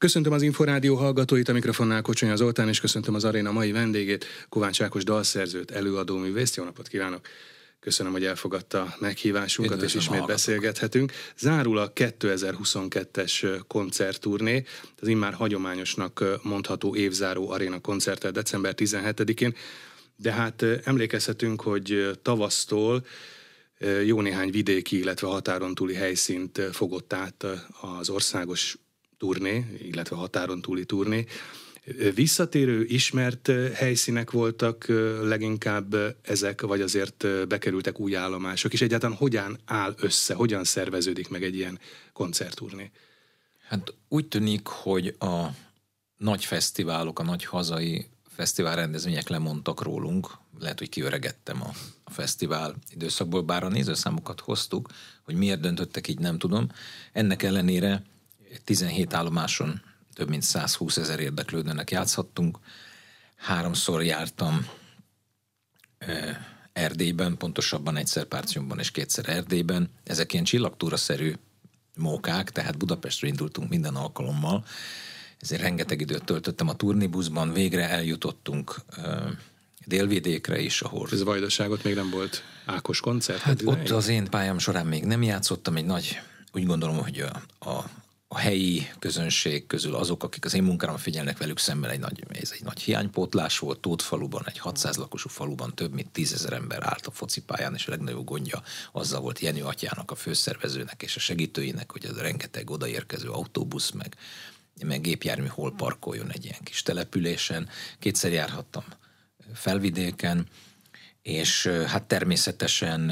Köszöntöm az Inforádió hallgatóit, a mikrofonnál Kocsonya Zoltán, és köszöntöm az aréna mai vendégét, Kovács Ákos dalszerzőt, előadó művészt. Jó napot kívánok! Köszönöm, hogy elfogadta meghívásunkat, és ismét beszélgethetünk. Zárul a 2022-es koncertturné, az immár hagyományosnak mondható évzáró aréna koncerttel december 17-én, de hát emlékezhetünk, hogy tavasztól jó néhány vidéki, illetve határon túli helyszínt fogott át az országos turné, illetve határon túli turné. Visszatérő, ismert helyszínek voltak leginkább ezek, vagy azért bekerültek új állomások, és egyáltalán hogyan áll össze, hogyan szerveződik meg egy ilyen koncertturné? Hát úgy tűnik, hogy a nagy fesztiválok, a nagy hazai fesztiválrendezvények lemondtak rólunk. Lehet, hogy kiöregettem a fesztivál időszakból, bár a nézőszámokat hoztuk, hogy miért döntöttek így, nem tudom. Ennek ellenére 17 állomáson több mint 120 000 érdeklődőnek játszhattunk. 3-szor jártam Erdélyben, pontosabban egyszer Párcnyomban és 2-szer Erdélyben. Ezek ilyen csillagtúraszerű mókák, tehát Budapestről indultunk minden alkalommal. Ezért rengeteg időt töltöttem a turnébuszban, végre eljutottunk Délvidékre is, ahol... Ez Vajdaságot még nem volt Ákos koncert? Hát ott az én pályám során még nem játszottam, egy nagy, úgy gondolom, hogy a helyi közönség közül azok, akik az én munkámra figyelnek, velük szemben ez egy nagy hiánypótlás volt. Tótfaluban, egy 600 lakosú faluban több mint 10 000 ember állt a focipályán, és a legnagyobb gondja azzal volt Jenő atyának, a főszervezőnek és a segítőinek, hogy az rengeteg odaérkező autóbusz, meg gépjármű hol parkoljon egy ilyen kis településen. 2-szer járhattam Felvidéken, és hát természetesen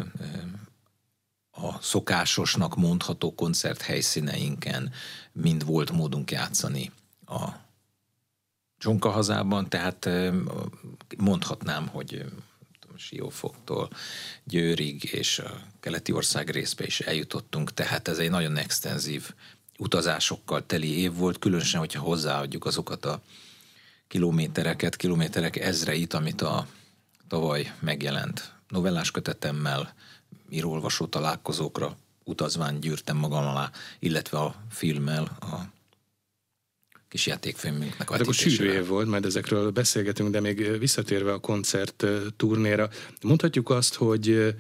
a szokásosnak mondható koncerthelyszíneinken mind volt módunk játszani a Csonka hazában, tehát mondhatnám, hogy Siófoktól Győrig és a keleti ország részbe is eljutottunk, tehát ez egy nagyon extenzív utazásokkal teli év volt, különösen, hogyha hozzáadjuk azokat a kilométerek ezreit, amit a tavaly megjelent novellás kötetemmel, író-olvasó találkozókra utazván gyűrtem magam alá, illetve a filmmel, a kis játékfilmünknek a vetítésére. Hát akkor sűrű év volt, majd ezekről beszélgetünk, de még visszatérve a koncert turnéra, mondhatjuk azt, hogy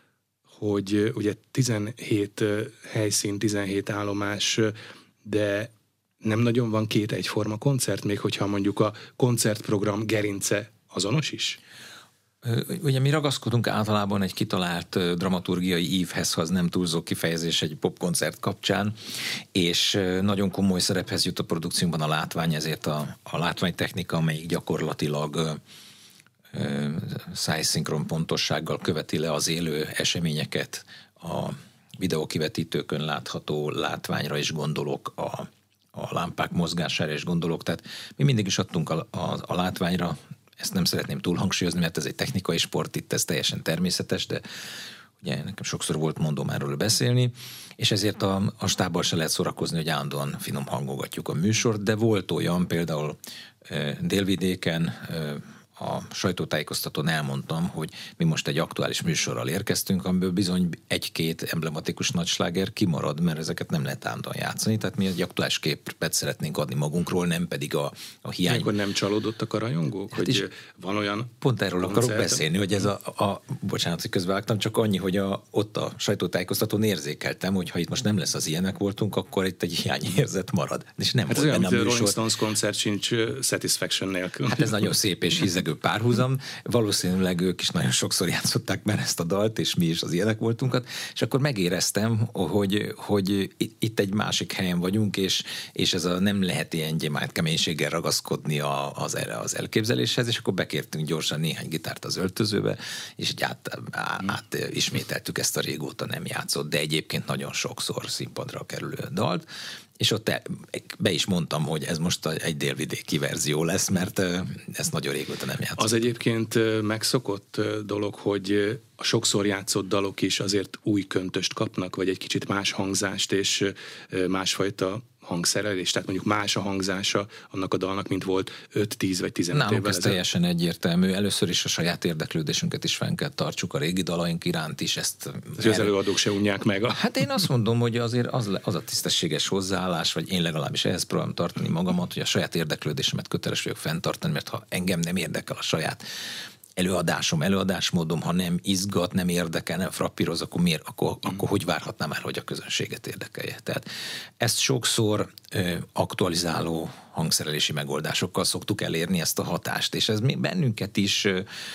ugye 17 helyszín, 17 állomás, de nem nagyon van két egyforma koncert, még hogyha mondjuk a koncertprogram gerince azonos is? Ugye mi ragaszkodunk általában egy kitalált dramaturgiai ívhez, ha az nem túlzó kifejezés egy popkoncert kapcsán, és nagyon komoly szerephez jut a produkciónkban a látvány, ezért a látványtechnika, amelyik gyakorlatilag szájszinkron pontossággal követi le az élő eseményeket, a videókivetítőkön látható látványra is gondolok, a lámpák mozgására is gondolok, tehát mi mindig is adtunk a látványra. Ezt nem szeretném túlhangsúlyozni, mert ez egy technikai sport, itt ez teljesen természetes, de ugye nekem sokszor volt mondom erről beszélni, és ezért a stábbal se lehet szórakozni, hogy állandóan finom hangogatjuk a műsort, de volt olyan, például Délvidéken a sajtótájékoztatón elmondtam, hogy mi most egy aktuális műsorral érkeztünk, amiből bizony 1-2 emblematikus nagysláger kimarad, mert ezeket nem lehet állandóan játszani, tehát mi egy aktuális képet szeretnénk adni magunkról, nem pedig a hiány. Akkor nem csalódottak a rajongók, hát hogy van olyan pont erről akarok beszélni, hogy ez bocsánat, hogy közbevágtam, csak annyi, hogy ott a sajtótájékoztatón érzékeltem, hogy ha itt most nem lesz az ilyenek voltunk, akkor itt egy hiányérzet marad. És nem hát volt olyan, benne a Rolling Stones koncert sincs Satisfaction nélkül. Hát ez nagyon szép és hízegő párhuzam. Valószínűleg ők is nagyon sokszor játszották már ezt a dalt, és mi is az ilyenek voltunkat, és akkor megéreztem, hogy itt egy másik helyen vagyunk, és ez nem lehet ilyen gyémánt keménységgel ragaszkodni az elképzeléshez, és akkor bekértünk gyorsan néhány gitárt az öltözőbe, és ismételtük ezt a régóta nem játszott, de egyébként nagyon sokszor színpadra kerülő dalt, és ott be is mondtam, hogy ez most egy délvidéki verzió lesz, mert ezt nagyon régóta nem játszottam. Az egyébként megszokott dolog, hogy a sokszor játszott dalok is azért új köntöst kapnak, vagy egy kicsit más hangzást és másfajta hangszerelés, tehát mondjuk más a hangzása annak a dalnak, mint volt 5-10 vagy 15 évvel ezelőtt. Ez teljesen egyértelmű. Először is a saját érdeklődésünket is fenn kell tartsuk, a régi dalaink iránt is ezt. Az előadók se unják meg. Hát én azt mondom, hogy azért az a tisztességes hozzáállás, vagy én legalábbis ehhez próbálom tartani magamat, hogy a saját érdeklődésemet köteles vagyok fenntartani, mert ha engem nem érdekel a saját előadásmódom, ha nem izgat, nem érdekel, nem frappíroz, akkor hogy várhatnám el, hogy a közönséget érdekelje? Tehát ezt sokszor aktualizáló hangszerelési megoldásokkal szoktuk elérni ezt a hatást, és ez bennünket is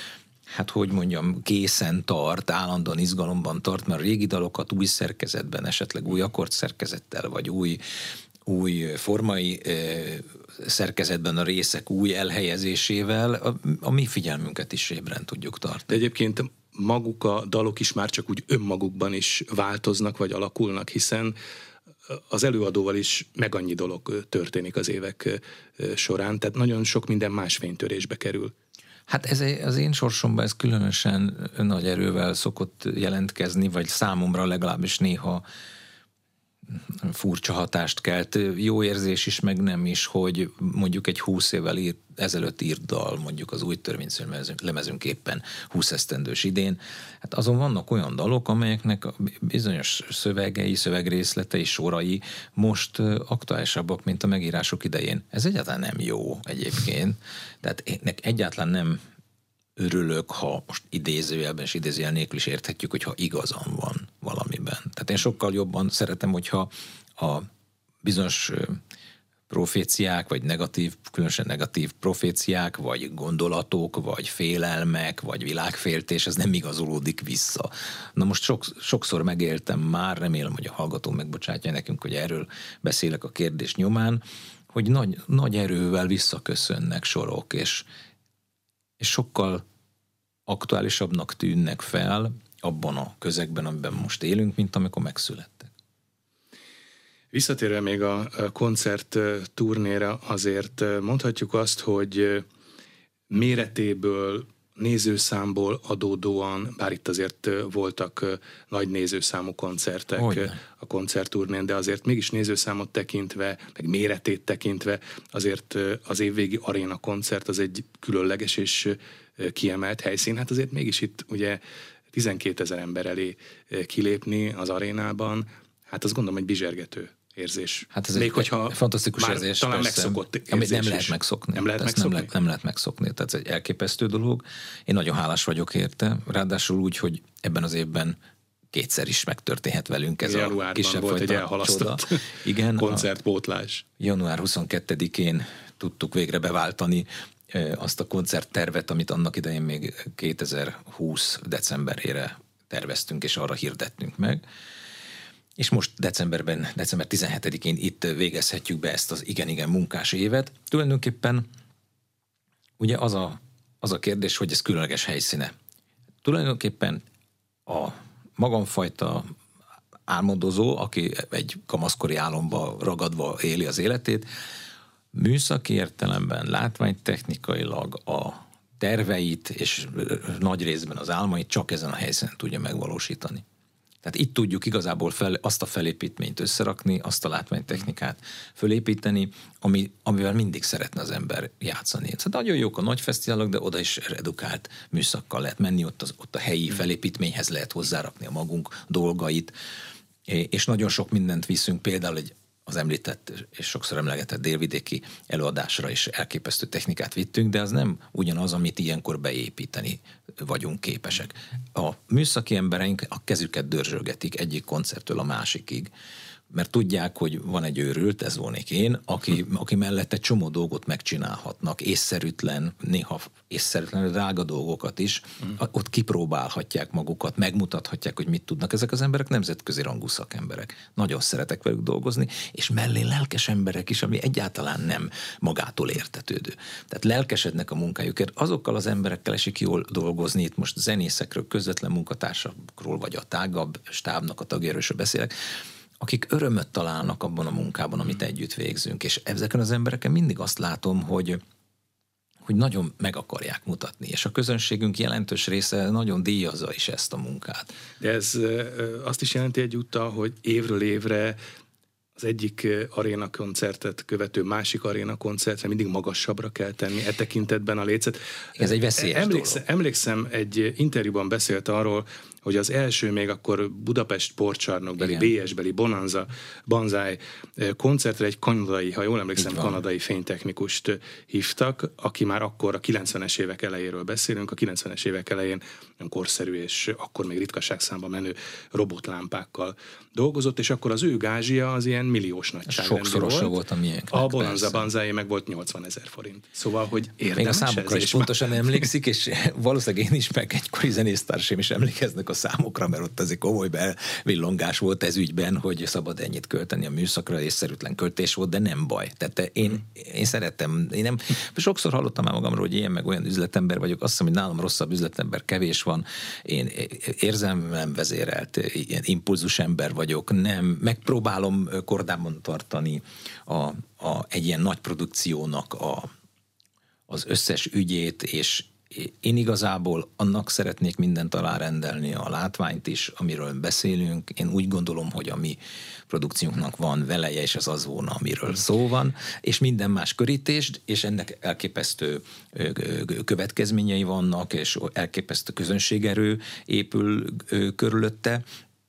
készen tart, állandóan izgalomban tart, mert a régi dalokat új szerkezetben, esetleg új akkordszerkezettel, vagy új formai szerkezetben a részek új elhelyezésével a mi figyelmünket is ébren tudjuk tartani. De egyébként maguk a dalok is már csak úgy önmagukban is változnak, vagy alakulnak, hiszen az előadóval is meg annyi dolog történik az évek során, tehát nagyon sok minden más fénytörésbe kerül. Hát az én sorsomban ez különösen nagy erővel szokott jelentkezni, vagy számomra legalábbis néha furcsa hatást kelt. Jó érzés is, meg nem is, hogy mondjuk egy 20 évvel ezelőtt írt dal, mondjuk az új törvénylemezünk éppen 20 esztendős idén. Hát azon vannak olyan dalok, amelyeknek bizonyos szövegei, szövegrészletei, sorai most aktuálisabbak, mint a megírások idején. Ez egyáltalán nem jó egyébként. Tehát egyáltalán nem örülök, ha most idézőjelben és idézőjel nélkül is érthetjük, hogyha igazam van valamiben. Tehát én sokkal jobban szeretem, hogyha a bizonyos proféciák, vagy különösen negatív proféciák, vagy gondolatok, vagy félelmek, vagy világféltés, ez nem igazolódik vissza. Na most sokszor megéltem már, remélem, hogy a hallgató megbocsátja nekünk, hogy erről beszélek a kérdés nyomán, hogy nagy erővel visszaköszönnek sorok, és sokkal aktuálisabbnak tűnnek fel abban a közegben, amiben most élünk, mint amikor megszülettek. Visszatérve még a koncert turnéra, azért mondhatjuk azt, hogy méretéből, nézőszámból adódóan, bár itt azért voltak nagy nézőszámú koncertek a koncertturnén, de azért mégis nézőszámot tekintve, meg méretét tekintve, azért az évvégi aréna koncert az egy különleges és kiemelt helyszín. Hát azért mégis itt ugye 12 000 ember elé kilépni az arénában, hát azt gondolom, hogy bizsergető érzés. Hát ez még hogyha fantasztikus érzés, talán megszokott érzés, amit nem lehet megszokni. Nem lehet megszokni. Tehát ez egy elképesztő dolog. Én nagyon hálás vagyok érte. Ráadásul úgy, hogy ebben az évben kétszer is megtörténhet velünk ez a kisebb volt egy elhalasztott koncertpótlás. Január 22-én tudtuk végre beváltani azt a koncerttervet, amit annak idején még 2020 decemberére terveztünk, és arra hirdettünk meg. És most december 17-én itt végezhetjük be ezt az igen-igen munkás évet. Tulajdonképpen ugye az a kérdés, hogy ez különleges helyszíne. Tulajdonképpen a magamfajta álmodozó, aki egy kamaszkori álomba ragadva éli az életét, műszaki értelemben, látványtechnikailag a terveit és nagy részben az álmait csak ezen a helyszínen tudja megvalósítani. Tehát itt tudjuk igazából azt a felépítményt összerakni, azt a látványtechnikát fölépíteni, amivel mindig szeretne az ember játszani. Tehát nagyon jók a nagy fesztiválok, de oda is redukált műszakkal lehet menni, ott a helyi felépítményhez lehet hozzárakni a magunk dolgait, és nagyon sok mindent viszünk, például az említett és sokszor emlegetett délvidéki előadásra is elképesztő technikát vittünk, de az nem ugyanaz, amit ilyenkor beépíteni vagyunk képesek. A műszaki embereink a kezüket dörzsölgetik egyik koncerttől a másikig, mert tudják, hogy van egy őrült, ez volnék én, aki mellett egy csomó dolgot megcsinálhatnak, észszerűtlen, néha észszerűtlen drága dolgokat is, ott kipróbálhatják magukat, megmutathatják, hogy mit tudnak. Ezek az emberek nemzetközi rangú szakemberek. Nagyon szeretek velük dolgozni, és mellé lelkes emberek is, ami egyáltalán nem magától értetődő. Tehát lelkesednek a munkájukért. Azokkal az emberekkel esik jól dolgozni, itt most zenészekről, közvetlen munkatársakról, vagy a tágabb stábnak a tagjáról beszélek, akik örömöt találnak abban a munkában, amit együtt végzünk. És ezeken az embereken mindig azt látom, hogy nagyon meg akarják mutatni, és a közönségünk jelentős része nagyon díjazza is ezt a munkát. De ez azt is jelenti egyúttal, hogy évről évre az egyik aréna koncertet követő másik aréna koncertre mindig magasabbra kell tenni e tekintetben a lécet. Ez egy veszélyes dolog. Emlékszem, egy interjúban beszélt arról, hogy az első még akkor Budapest sportcsarnokbeli, BS-beli Banzai koncertre egy kanadai, ha jól emlékszem, kanadai fénytechnikust hívtak, aki már akkor a 90-es évek elejéről beszélünk, a 90-es évek elején korszerű és akkor még ritkaságszámba menő robotlámpákkal dolgozott, és akkor az ő gázsia az ilyen milliós nagyságrendű volt a miénknek. A Bonanza Banzai meg volt 80 000 forint. Szóval, hogy érdemes még a számokra is pontosan emlékszik, és valószínűleg én is, meg egykori zenésztársaim is emlékeznek a számokra, mert ott azért komoly bevillongás volt ez ügyben, hogy szabad ennyit költeni a műszakra, észszerűtlen költés volt, de nem baj. Tehát én szeretem, sokszor hallottam már magamról, hogy ilyen meg olyan üzletember vagyok, azt hiszem, hogy nálam rosszabb üzletember kevés van, én érzelmem vezérelt, ilyen impulzus ember vagyok, nem, megpróbálom kordában tartani egy ilyen nagy produkciónak az összes ügyét, és én igazából annak szeretnék mindent alárendelni, a látványt is, amiről beszélünk. Én úgy gondolom, hogy a mi produkciónknak van veleje, és az volna, amiről szó van, és minden más körítést, és ennek elképesztő következményei vannak, és elképesztő közönségerő épül körülötte,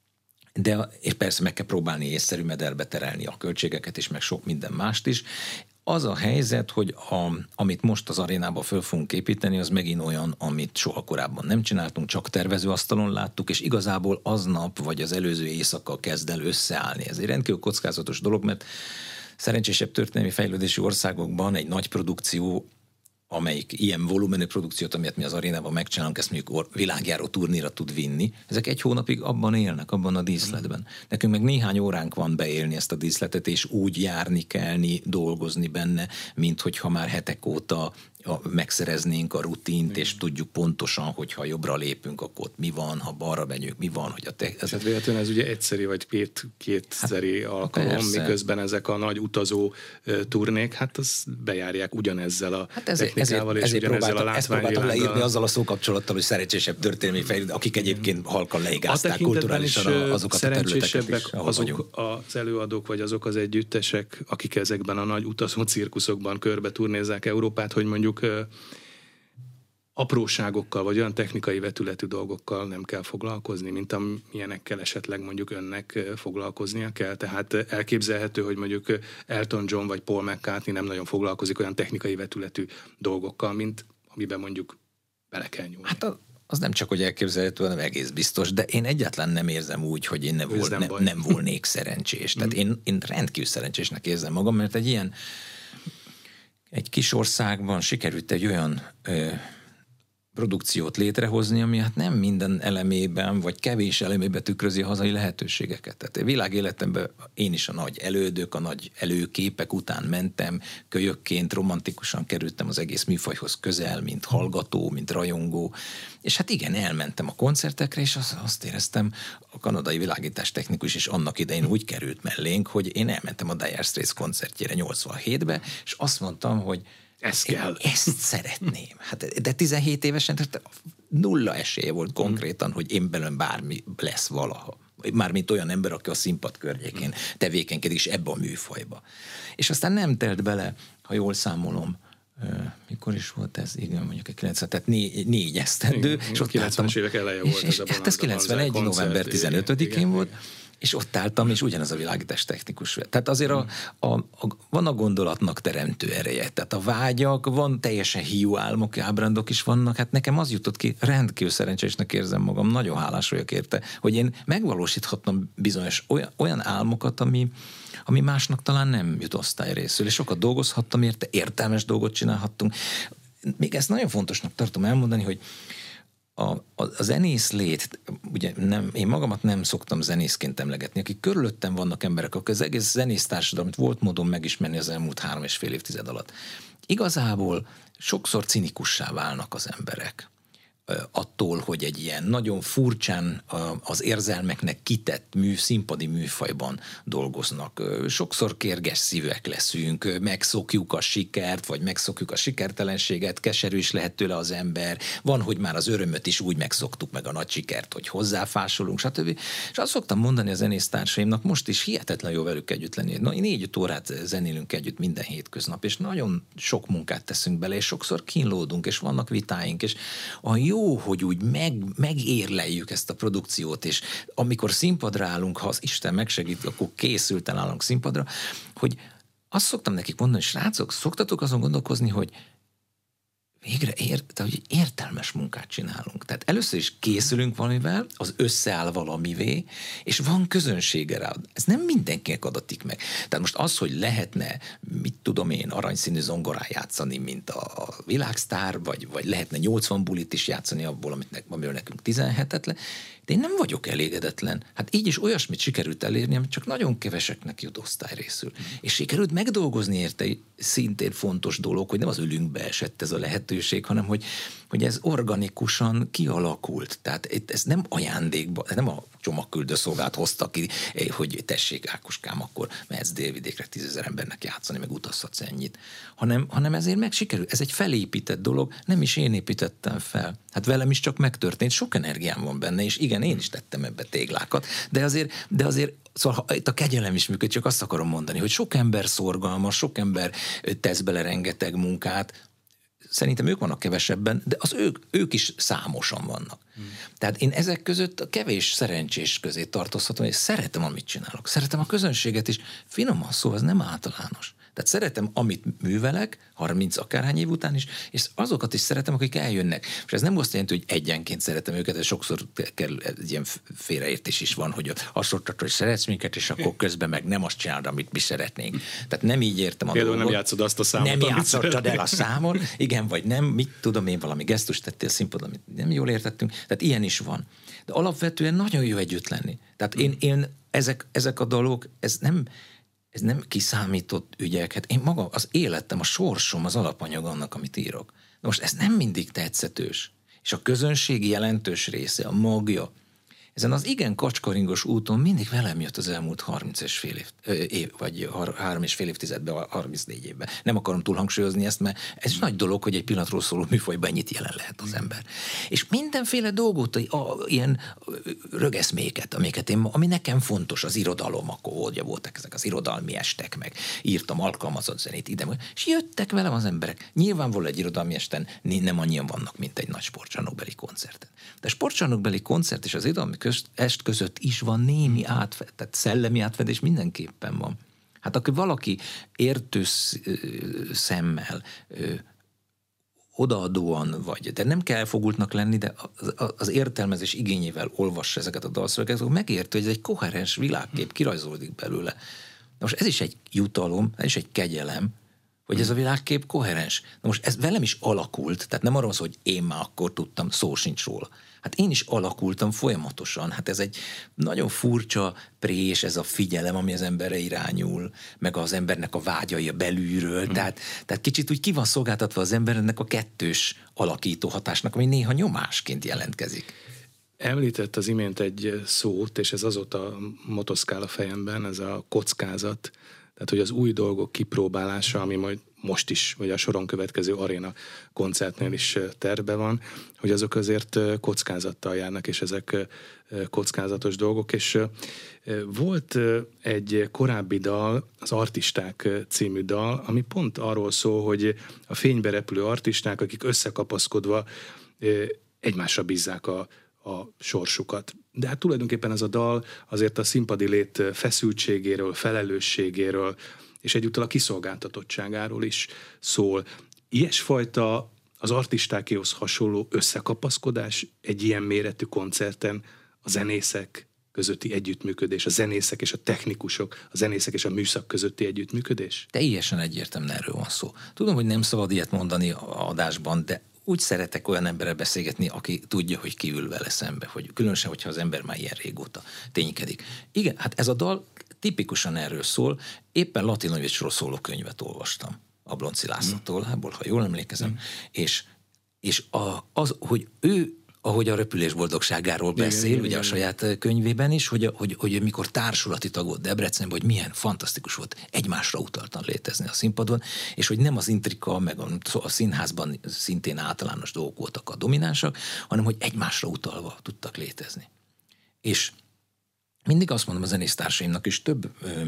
és persze meg kell próbálni észszerű mederbe terelni a költségeket is, meg sok minden mást is. Az a helyzet, hogy amit most az arénába föl fogunk építeni, az megint olyan, amit soha korábban nem csináltunk, csak tervezőasztalon láttuk, és igazából aznap vagy az előző éjszaka kezd el összeállni. Ez egy rendkívül kockázatos dolog, mert szerencsésebb történelmi fejlődési országokban egy nagy produkció, amelyik ilyen volumenű produkciót, amit mi az arénában megcsinálunk, ezt mondjuk világjáró turnéra tud vinni, ezek egy hónapig abban élnek, abban a díszletben. Nekünk meg néhány óránk van beélni ezt a díszletet, és úgy járni, kelni, dolgozni benne, mint hogyha már hetek óta megszereznénk a rutint, és tudjuk pontosan, hogy ha jobbra lépünk, akkor mi van, ha balra megyünk, mi van, hogy hát véletlenül ez ugye egyszeri vagy kétszeri alkalom, persze. Miközben ezek a nagy utazó turnék, hát az bejárják ugyanezzel a technikával, és ugyanezzel a látványvilággal. Ezt próbáltam leírni azzal a szókapcsolattal, hogy szerencsésebb történelmi fejlődés, akik egyébként halkan leigázták kulturálisan azokat a területeket is, ahol vagyunk. Az előadók, vagy azok az együttesek, akik ezekben a nagy utazó cirkuszokban körbe turnézzák Európát, hogy mondjuk apróságokkal, vagy olyan technikai vetületű dolgokkal nem kell foglalkozni, mint amilyenekkel esetleg mondjuk önnek foglalkoznia kell. Tehát elképzelhető, hogy mondjuk Elton John vagy Paul McCartney nem nagyon foglalkozik olyan technikai vetületű dolgokkal, mint amiben mondjuk bele kell nyúlni. Hát az nem csak, hogy elképzelhető, hanem egész biztos, de én egyáltalán nem érzem úgy, hogy én nem volnék szerencsés. Tehát én rendkívül szerencsésnek érzem magam, mert egy kis országban sikerült egy olyan produkciót létrehozni, ami hát nem minden elemében, vagy kevés elemében tükrözi a hazai lehetőségeket. Tehát világéletemben én is a nagy elődök, a nagy előképek után mentem, kölyökként romantikusan kerültem az egész műfajhoz közel, mint hallgató, mint rajongó, és hát igen, elmentem a koncertekre, és azt éreztem, a kanadai világítástechnikus is annak idején úgy került mellénk, hogy én elmentem a Dire Straits koncertjére 87-be, és azt mondtam, hogy ezt szeretném. Hát, de 17 évesen nulla esélye volt konkrétan, hogy én belőlem bármi lesz valaha. Mármint olyan ember, aki a színpad környékén tevékenykedik, és ebbe a műfajba. És aztán nem telt bele, ha jól számolom, mikor is volt ez? Igen, mondjuk a 90, tehát 4 esztendő. És ott 90-es évek eleje volt ez a hát ez 91. november 15-én volt, és ott álltam, és ugyanaz a világítás technikus. Tehát azért van a gondolatnak teremtő ereje. Tehát a vágyak, van teljesen hiú álmok, ábrándok is vannak. Hát nekem az jutott ki, rendkívül szerencsésnek érzem magam, nagyon hálás vagyok érte, hogy én megvalósíthattam bizonyos olyan álmokat, ami másnak talán nem jut osztályrészül, és sokat dolgozhattam érte, értelmes dolgot csinálhattunk. Még ezt nagyon fontosnak tartom elmondani, hogy a zenész lét, ugye én magamat nem szoktam zenészként emlegetni, akik körülöttem vannak emberek, akik az egész zenész társadalmat volt módon megismerni az elmúlt 3,5 évtized alatt. Igazából sokszor cinikussá válnak az emberek. attól, hogy egy ilyen nagyon furcsán az érzelmeknek kitett színpadi műfajban dolgoznak. Sokszor kérges szívek leszünk, megszokjuk a sikert, vagy megszokjuk a sikertelenséget, keserű is lehet tőle az ember, van, hogy már az örömöt is úgy megszoktuk meg a nagy sikert, hogy hozzáfásolunk, stb. És azt szoktam mondani a zenésztársaimnak, most is hihetetlen jó velük együtt lenni. 4-5 órát zenélünk együtt minden hétköznap, és nagyon sok munkát teszünk bele, és sokszor kínlódunk, és vannak vitáink, és a jó, hogy úgy megérleljük ezt a produkciót, és amikor színpadra állunk, ha az Isten megsegít, akkor készülten állunk színpadra, hogy azt szoktam nekik mondani, srácok, szoktatok azon gondolkozni, hogy végre hogy értelmes munkát csinálunk. Tehát először is készülünk valamivel, az összeáll valamivé, és van közönsége rá. Ez nem mindenkinek adatik meg. Tehát most az, hogy lehetne, mit tudom én, aranyszínű zongorán játszani, mint a világsztár, vagy lehetne 80 bulit is játszani abból, amiről nekünk 17-et le, de én nem vagyok elégedetlen. Hát így is olyasmit sikerült elérni, amit csak nagyon keveseknek jut osztályrészül. És sikerült megdolgozni érte, szintén fontos dolog, hogy nem az ölünkbe esett ez a lehetőség, hanem hogy ez organikusan kialakult. Tehát ez nem ajándékba, nem a csomagküldőszolgált hozta ki, hogy tessék Ákoskám, akkor mehetsz Délvidékre 10 000 embernek játszani, meg utazhatsz ennyit. Hanem ezért meg sikerült. Ez egy felépített dolog, nem is én építettem fel. Hát velem is csak megtörtént, sok energiám van benne, és igen, én is tettem ebbe téglákat, de azért szóval itt a kegyelem is működik, csak azt akarom mondani, hogy sok ember szorgalmas, sok ember tesz bele rengeteg munkát, szerintem ők vannak kevesebben, de ők is számosan vannak. Tehát én ezek között a kevés szerencsés közé tartozhatom, és szeretem, amit csinálok. Szeretem a közönséget is. Finoman szó, ez nem általános. Tehát szeretem, amit művelek, 30 akárhány év után is, és azokat is szeretem, akik eljönnek. És ez nem azt jelenti, hogy egyenként szeretem őket, de sokszor egy ilyen félreértés is van, hogy azt mondtad, hogy szeretsz minket, és akkor közben meg nem azt csinálod, amit mi szeretnénk. Tehát nem így értem a dolgot. Nem játszod azt a számot, nem játszottad el a számot, igen, vagy nem, mit tudom én, valami gesztust tettél színpadon, amit nem jól értettünk. Tehát ilyen is van. De alapvetően nagyon jó együtt lenni. Tehát én ezek a dolgok, ez nem kiszámított ügyek. Hát én maga, az életem, a sorsom, az alapanyag annak, amit írok. De most ez nem mindig tetszetős. És a közönség jelentős része, a magja, ezen az igen kacskaringos úton mindig velem jött az elmúlt 30 és fél év, vagy 3 és fél évtizedben, 34 évben. Nem akarom túl hangsúlyozni ezt, mert ez is nagy dolog, hogy egy pillanatról szóló műfajban ennyit jelen lehet az ember. És mindenféle dolgot, ilyen rögeszméket, ami nekem fontos, az irodalom, akkor ugye voltak ezek az irodalmi estek, meg írtam alkalmazott zenét ide, és jöttek velem az emberek. Nyilvánvalóan egy irodalmi esten nem annyian vannak, mint egy nagy sportcsarnokbeli koncerten. De szportcsarnokbeli koncert és az irodalmi est között is van némi átfedés, tehát szellemi átfedés mindenképpen van. Hát akkor valaki értő szemmel, odaadóan vagy, de nem kell elfogultnak lenni, de az értelmezés igényével olvassa ezeket a dalszövegeket, akkor megértő, hogy ez egy koherens világkép kirajzolódik belőle. Na most ez is egy jutalom, ez is egy kegyelem, hogy ez a világkép koherens. Na most ez velem is alakult, tehát nem arról szól, hogy én már akkor tudtam, szó sincs róla. Hát én is alakultam folyamatosan. Hát ez egy nagyon furcsa prés, ez a figyelem, ami az emberre irányul, meg az embernek a vágyai a belülről. Tehát kicsit úgy ki van szolgáltatva az embernek a kettős alakító hatásnak, ami néha nyomásként jelentkezik. Említett az imént egy szót, és ez azóta motoszkál a fejemben, ez a kockázat. Tehát, hogy az új dolgok kipróbálása, ami majd most is, vagy a soron következő aréna koncertnél is terve van, hogy azok azért kockázattal járnak, és ezek kockázatos dolgok. És volt egy korábbi dal, az Artisták című dal, ami pont arról szól, hogy a fénybe repülő artisták, akik összekapaszkodva egymásra bízzák a sorsukat. De hát tulajdonképpen ez a dal azért a színpadi lét feszültségéről, felelősségéről, és egyúttal a kiszolgáltatottságáról is szól. Ilyesfajta az artistákéhoz hasonló összekapaszkodás egy ilyen méretű koncerten a zenészek közötti együttműködés, a zenészek és a technikusok, a zenészek és a műszak közötti együttműködés? Teljesen egyértelműen erről van szó. Tudom, hogy nem szabad ilyet mondani a adásban, de úgy szeretek olyan emberrel beszélgetni, aki tudja, hogy ki ül vele szembe, hogy különösen, hogyha az ember már ilyen régóta ténykedik. Igen, hát ez a dal tipikusan erről szól. Éppen Latinovicsról szóló könyvet olvastam, Ablonci Lászlótól, ebből, ha jól emlékezem, és És hogy ő, ahogy a repülés boldogságáról beszél, ugye a saját könyvében is, hogy mikor társulati tag volt Debrecenben, hogy milyen fantasztikus volt egymásra utaltan létezni a színpadon, és hogy nem az intrika, meg a színházban szintén általános dolgok voltak a dominánsak, hanem hogy egymásra utalva tudtak létezni. És mindig azt mondom a zenésztársaimnak is, több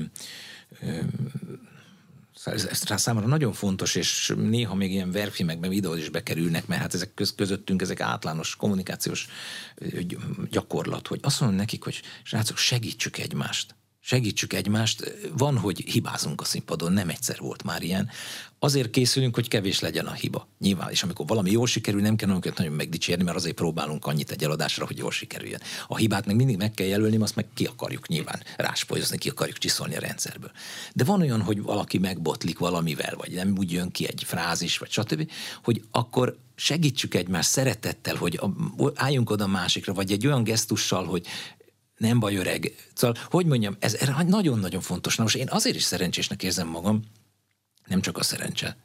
ez számomra nagyon fontos, és néha még ilyen verfilmekben, videót is bekerülnek, mert hát ezek közöttünk, ezek általános kommunikációs gyakorlat, hogy azt mondom nekik, hogy srácok, segítsük egymást. Segítsük egymást. Van, hogy hibázunk a színpadon, nem egyszer volt már ilyen. Azért készülünk, hogy kevés legyen a hiba. Nyilván, és amikor valami jól sikerül, nem kell önket nagyon megdicsérni, mert azért próbálunk annyit egy eladásra, hogy jól sikerüljön. A hibát meg mindig meg kell jelölni, azt meg ki akarjuk nyilván ráspolyozni, ki akarjuk csiszolni a rendszerből. De van olyan, hogy valaki megbotlik valamivel, vagy nem úgy jön ki egy frázis, vagy stb., hogy akkor segítsük egymást szeretettel, hogy álljunk oda másikra, vagy egy olyan gesztussal, hogy nem baj, öreg. Szóval, hogy mondjam, ez nagyon-nagyon fontos. Na most én azért is szerencsésnek érzem magam, nem csak a szerencse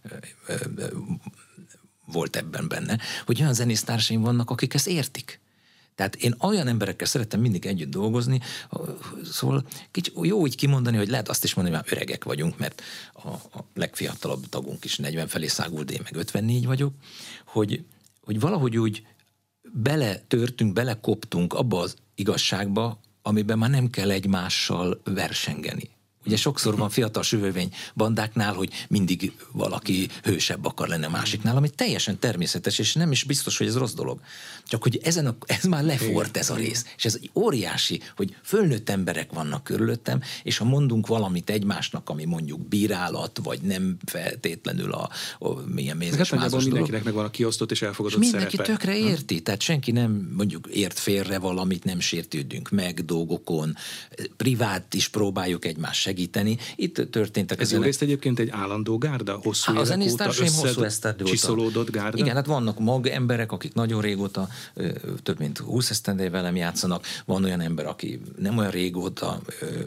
volt ebben benne, hogy olyan zenésztársaim vannak, akik ezt értik. Tehát én olyan emberekkel szeretem mindig együtt dolgozni, szóval jó úgy kimondani, hogy lehet azt is mondani, hogy már öregek vagyunk, mert a legfiatalabb tagunk is 40 felé szágult, én meg 54 vagyok, hogy valahogy úgy beletörtünk, belekoptunk abba az igazságba, amiben már nem kell egymással versengeni. Ugye sokszor van fiatal sövővény bandáknál, hogy mindig valaki hősebb akar lenni a másiknál, ami teljesen természetes, és nem is biztos, hogy ez rossz dolog. Csak hogy ez már lefort ez a rész. És ez egy óriási, hogy fölnőtt emberek vannak körülöttem, és ha mondunk valamit egymásnak, ami mondjuk bírálat, vagy nem feltétlenül a milyen mézes-mázos dolog. Mindenkinek meg van a kiosztott és elfogadott és szerepe. Mindenki tökre érti, tehát senki nem mondjuk ért félre valamit, nem sértődünk meg dolgokon, privát is próbáljuk egymást segíteni. Itt történtek ez jó részt egyébként egy állandó gárda, hosszú évek óta csiszolódott gárda? Igen, hát vannak magemberek, akik nagyon régóta, több mint 20 esztendeje velem játszanak. Van olyan ember, aki nem olyan régóta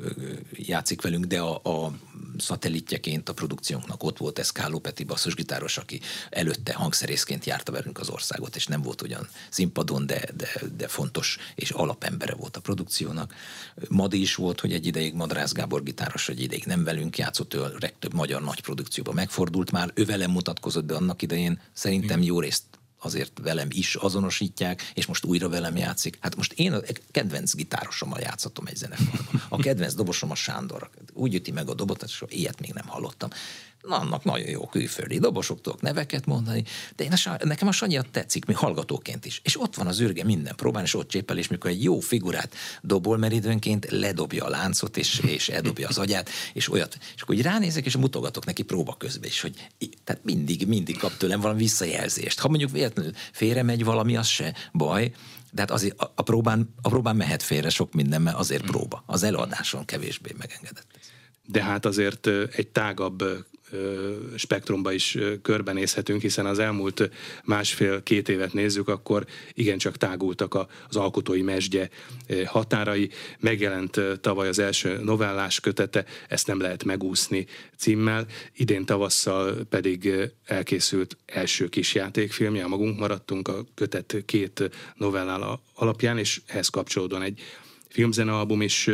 játszik velünk, de a szatellitjeként a produkciónknak ott volt Eszkáló Peti basszusgitáros, aki előtte hangszerészként járta velünk az országot, és nem volt ugyan színpadon, de fontos és alapembere volt a produkciónak. Madi is volt, hogy egy ideig Madrász Gábor gitáros, egy ideig nem velünk játszott, ő a legtöbb magyar nagy produkcióban megfordult már, ő velem mutatkozott be annak idején, szerintem jó részt azért velem is azonosítják, és most újra velem játszik. Hát most én a kedvenc gitárosommal játszhatom egy zenekarban. A kedvenc dobosom a Sándor. Úgy üti meg a dobot, és ilyet még nem hallottam. Na, annak nagyon jó külföldi dobosok, tudok neveket mondani, de nekem a Sanyi tetszik, még hallgatóként is. És ott van az ürge minden próbán, és ott csépel, és mikor egy jó figurát dobol, mert időnként ledobja a láncot, és eldobja az agyát, és olyat. És akkor így ránézek, és mutogatok neki próba közben is, hogy tehát mindig kap tőlem valami visszajelzést. Ha mondjuk véletlenül félre megy valami, az se baj, de hát azért a próbán mehet félre sok minden, mert azért próba. Az előadáson kevésbé megengedett. De hát azért egy tágabb spektrumba is körbenézhetünk, hiszen az elmúlt másfél-két évet nézzük, akkor igencsak tágultak az alkotói mesdje határai. Megjelent tavaly az első novellás kötete, ezt nem lehet megúszni címmel. Idén tavasszal pedig elkészült első kisjátékfilmje, magunk maradtunk a kötet 2 novellá alapján, és ehhez kapcsolódóan egy filmzenealbum is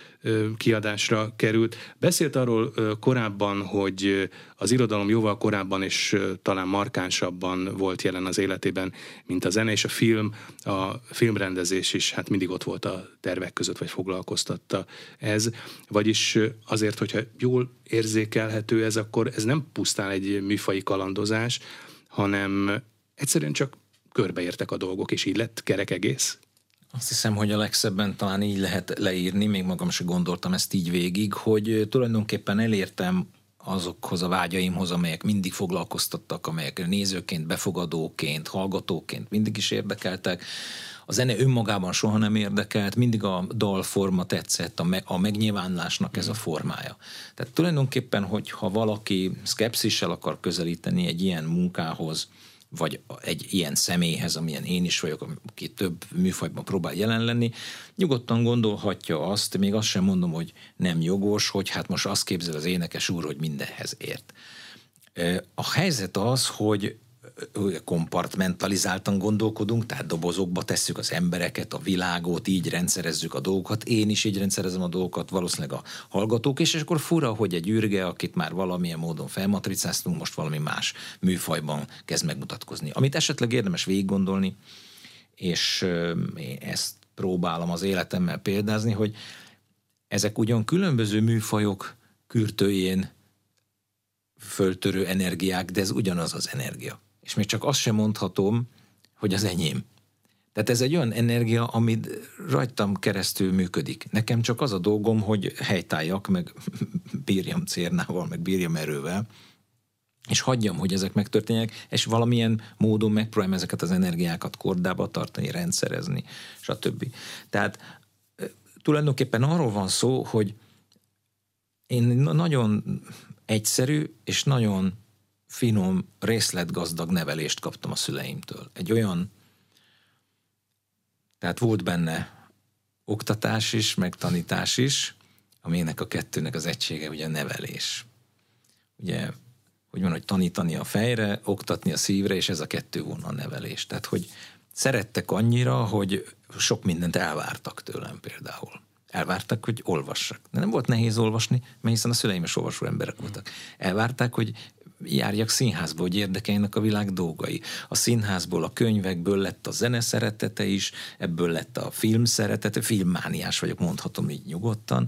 kiadásra került. Beszélt arról korábban, hogy az irodalom jóval korábban és talán markánsabban volt jelen az életében, mint a zene, és a filmrendezés is hát mindig ott volt a tervek között, vagy foglalkoztatta ez. Vagyis azért, hogyha jól érzékelhető ez, akkor ez nem pusztán egy műfaji kalandozás, hanem egyszerűen csak körbeértek a dolgok, és így lett kerek egész. Azt hiszem, hogy a legszebben talán így lehet leírni, még magam sem gondoltam ezt így végig, hogy tulajdonképpen elértem azokhoz a vágyaimhoz, amelyek mindig foglalkoztattak, amelyek nézőként, befogadóként, hallgatóként mindig is érdekeltek. A zene önmagában soha nem érdekelt, mindig a dalforma tetszett, a megnyilvánulásnak ez a formája. Tehát tulajdonképpen, hogyha valaki szkepszissel akar közelíteni egy ilyen munkához, vagy egy ilyen személyhez, amilyen én is vagyok, aki több műfajban próbál jelen lenni, nyugodtan gondolhatja azt, még azt sem mondom, hogy nem jogos, hogy hát most azt képzel az énekes úr, hogy mindenhez ért. A helyzet az, hogy kompartmentalizáltan gondolkodunk, tehát dobozokba tesszük az embereket, a világot, így rendszerezzük a dolgokat. Én is így rendszerezem a dolgokat, valószínűleg a hallgatók is, és akkor fura, hogy egy ürge, akit már valamilyen módon felmatricáztunk, most valami más műfajban kezd megmutatkozni. Amit esetleg érdemes végiggondolni, és ezt próbálom az életemmel példázni, hogy ezek ugyan különböző műfajok kürtőjén föltörő energiák, de ez ugyanaz az energia. És még csak azt sem mondhatom, hogy az enyém. Tehát ez egy olyan energia, amit rajtam keresztül működik. Nekem csak az a dolgom, hogy helytálljak, meg bírjam cérnával, meg bírjam erővel, és hagyjam, hogy ezek megtörténjenek, és valamilyen módon megpróbálom ezeket az energiákat kordába tartani, rendszerezni, stb. Tehát tulajdonképpen arról van szó, hogy én nagyon egyszerű és nagyon finom, részletgazdag nevelést kaptam a szüleimtől. Egy olyan, tehát volt benne oktatás is, meg tanítás is, aminek a kettőnek az egysége ugye a nevelés. Ugye, hogy van, hogy tanítani a fejre, oktatni a szívre, és ez a kettő volna a nevelés. Tehát, hogy szerettek annyira, hogy sok mindent elvártak tőlem például. Elvárták, hogy olvassak. De nem volt nehéz olvasni, mert hiszen a szüleim is olvasó emberek voltak. Elvárták, hogy járjak színházba, hogy érdekeljenek a világ dolgai. A színházból, a könyvekből lett a zene szeretete is, ebből lett a film szeretete, filmmániás vagyok, mondhatom így nyugodtan.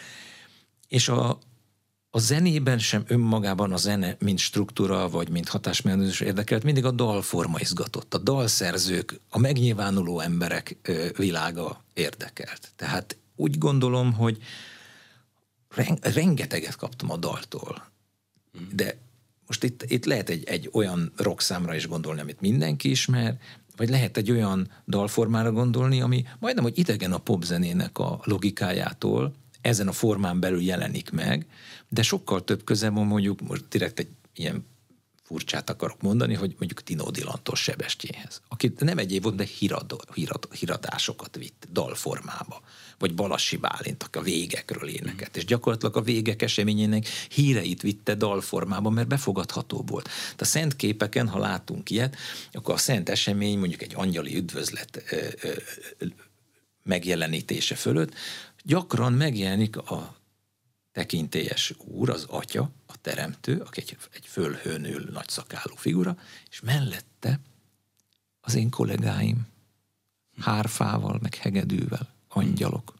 És a zenében sem önmagában a zene, mint struktúra, vagy mint hatásmechanizmus érdekelt, mindig a dalforma izgatott. A dalszerzők, a megnyilvánuló emberek világa érdekelt. Tehát úgy gondolom, hogy rengeteget kaptam a daltól. De most itt lehet egy olyan rockszámra is gondolni, amit mindenki ismer, vagy lehet egy olyan dalformára gondolni, ami majdnem, hogy idegen a popzenének a logikájától, ezen a formán belül jelenik meg, de sokkal több köze van, mondjuk, most direkt egy ilyen furcsát akarok mondani, hogy mondjuk Tino Dillantól Sebestyénhez, aki nem egyéb volt, de híradásokat vitt dalformába, vagy Balassi Bálint, aki a végekről énekelt, és gyakorlatilag a végek eseményének híreit vitte dalformába, mert befogadható volt. De a szent képeken, ha látunk ilyet, akkor a szent esemény, mondjuk egy angyali üdvözlet megjelenítése fölött, gyakran megjelenik a tekintélyes úr, az atya, a teremtő, aki egy fölhőn ül nagyszakálú figura, és mellette az én kollégáim hárfával, meg hegedűvel, angyalok,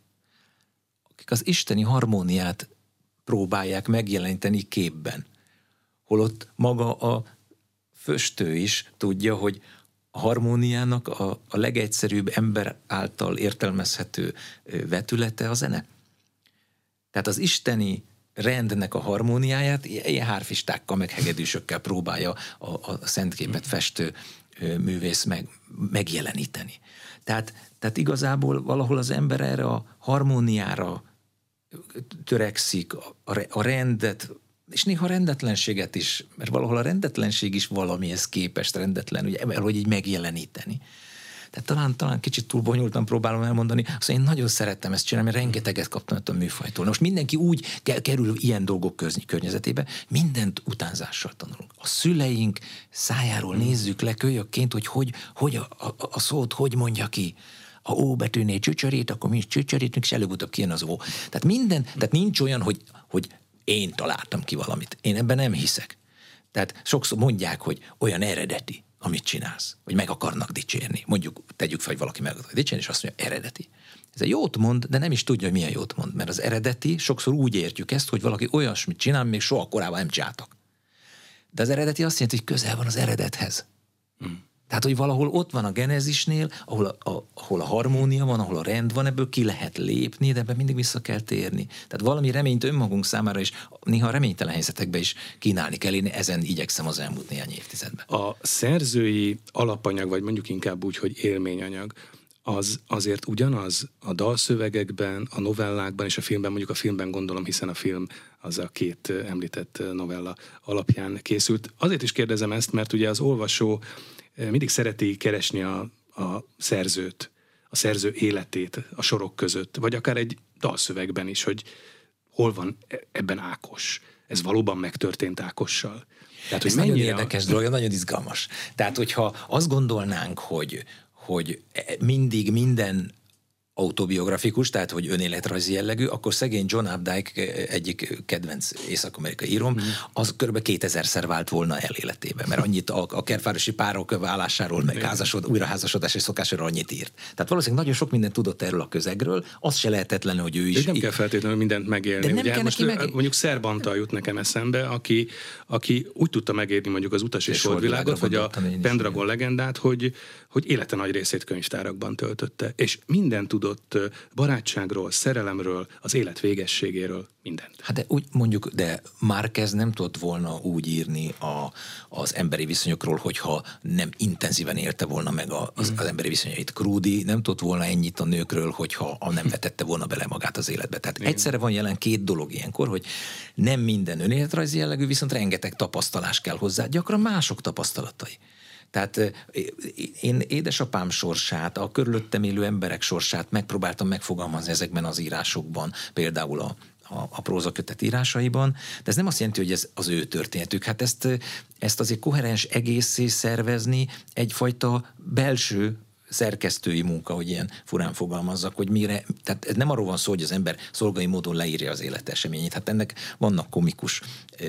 akik az isteni harmóniát próbálják megjeleníteni képben. Holott maga a föstő is tudja, hogy a harmóniának a legegyszerűbb ember által értelmezhető vetülete a zene. Tehát az isteni rendnek a harmóniáját ilyen hárfistákkal, meg hegedűsökkel próbálja a szentképet festő művész megjeleníteni. Tehát igazából valahol az ember erre a harmóniára törekszik, a rendet, és néha rendetlenséget is, mert valahol a rendetlenség is valamihez képest rendetlen, ugye, hogy így megjeleníteni. Tehát talán kicsit túl bonyolultan próbálom elmondani, azt én nagyon szerettem ezt csinálni, mert rengeteget kaptam a műfajtól. Most mindenki úgy kerül ilyen dolgok környezetébe, mindent utánzással tanulunk. A szüleink szájáról nézzük le kölyökként, hogy a szót hogy mondja ki. A ó betűnél csücsörít, akkor mi is csücsörítünk, és előbb-utóbb kijön az ó. Tehát nincs olyan, hogy én találtam ki valamit. Én ebben nem hiszek. Tehát sokszor mondják, hogy olyan eredeti, amit csinálsz, hogy meg akarnak dicsérni. Mondjuk, tegyük fel, hogy valaki meg akar dicsérni, és azt mondja, eredeti. Ez egy jót mond, de nem is tudja, hogy milyen jót mond. Mert az eredeti, sokszor úgy értjük ezt, hogy valaki olyasmit csinál, még soha korábban nem csináltak. De az eredeti azt jelenti, hogy közel van az eredethez. Tehát, hogy valahol ott van a genezisnél, ahol a harmónia van, ahol a rend van, ebből ki lehet lépni, de ebben mindig vissza kell térni. Tehát valami reményt önmagunk számára is, néha reménytelen helyzetekben is kínálni kell. Én ezen igyekszem az elmúlt néhány évtizedben. A szerzői alapanyag, vagy mondjuk inkább úgy, hogy élményanyag, az azért ugyanaz a dalszövegekben, a novellákban és a filmben, mondjuk a filmben gondolom, hiszen a film az a két említett novella alapján készült. Azért is kérdezem ezt, mert ugye az olvasó mindig szereti keresni a szerzőt, a szerző életét a sorok között, vagy akár egy dalszövegben is, hogy hol van ebben Ákos. Ez valóban megtörtént Ákossal? Tehát, ez nagyon érdekes dolog, nagyon izgalmas. Tehát, hogyha azt gondolnánk, hogy mindig minden autobiografikus, tehát hogy önéletrajzi jellegű, akkor szegény John Updike, egyik kedvenc észak-amerikai íróm, az kb. 2000-szer vált volna el életében, mert annyit a kertvárosi párok válásáról, meg újraházasodási szokásról annyit írt. Tehát valószínűleg nagyon sok mindent tudott erről a közegről, az se lehetetlen, hogy ő is... De nem kell feltétlenül mindent megélni. De nem ugye, kell most mondjuk Szerb Antal jut nekem eszembe, aki úgy tudta megérni mondjuk az Utas és Holdvilágot, vagy a Pendragon legendát, hogy élete nagy részét könyvtárakban töltötte, és mindent tudott barátságról, szerelemről, az élet végességéről, mindent. Hát de úgy mondjuk, de Márquez nem tudott volna úgy írni az emberi viszonyokról, hogyha nem intenzíven élte volna meg az emberi viszonyait. Krúdi nem tudott volna ennyit a nőkről, hogyha nem vetette volna bele magát az életbe. Tehát egyszerre van jelen két dolog ilyenkor, hogy nem minden önéletrajzi jellegű, viszont rengeteg tapasztalás kell hozzá, gyakran mások tapasztalatai. Tehát én édesapám sorsát, a körülöttem élő emberek sorsát megpróbáltam megfogalmazni ezekben az írásokban, például a prózakötet írásaiban, de ez nem azt jelenti, hogy ez az ő történetük. Hát ezt azért koherens egészé szervezni egyfajta belső szerkesztői munka, hogy ilyen furán fogalmazzak, hogy mire, tehát ez nem arról van szó, hogy az ember szolgai módon leírja az életeseményét. Hát ennek vannak komikus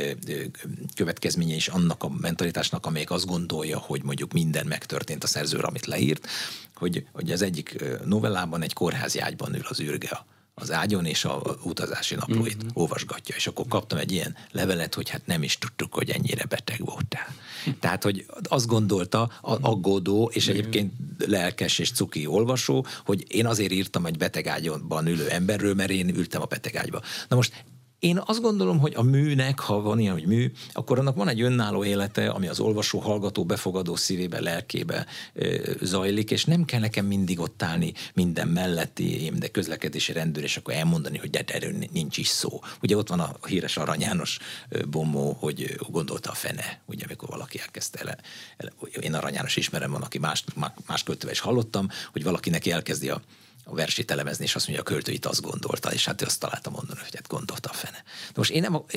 következményei is annak a mentalitásnak, amelyik azt gondolja, hogy mondjuk minden megtörtént a szerzőre, amit leírt, hogy az egyik novellában egy kórházi ágyban ül az űrge az ágyon, és a utazási naplóit olvasgatja, és akkor kaptam egy ilyen levelet, hogy hát nem is tudtuk, hogy ennyire beteg voltál. Tehát, hogy azt gondolta aggódó, és egyébként lelkes és cuki olvasó, hogy én azért írtam egy betegágyban ülő emberről, mert én ültem a betegágyba. Na most én azt gondolom, hogy a műnek, ha van ilyen, hogy mű, akkor annak van egy önálló élete, ami az olvasó, hallgató, befogadó szívébe, lelkébe zajlik, és nem kell nekem mindig ott állni minden melletti, de közlekedési rendőr, és akkor elmondani, hogy de erről nincs is szó. Ugye ott van a híres Arany János bombó, hogy gondolta a fene, ugye amikor valaki elkezdte én Arany János ismerem, van, aki más költővel is hallottam, hogy valaki neki elkezdi a versét elemezni, és azt mondja, a költő itt azt gondolta, és hát ő azt találta mondani, hogy hát gondolta a fene. De most én nem,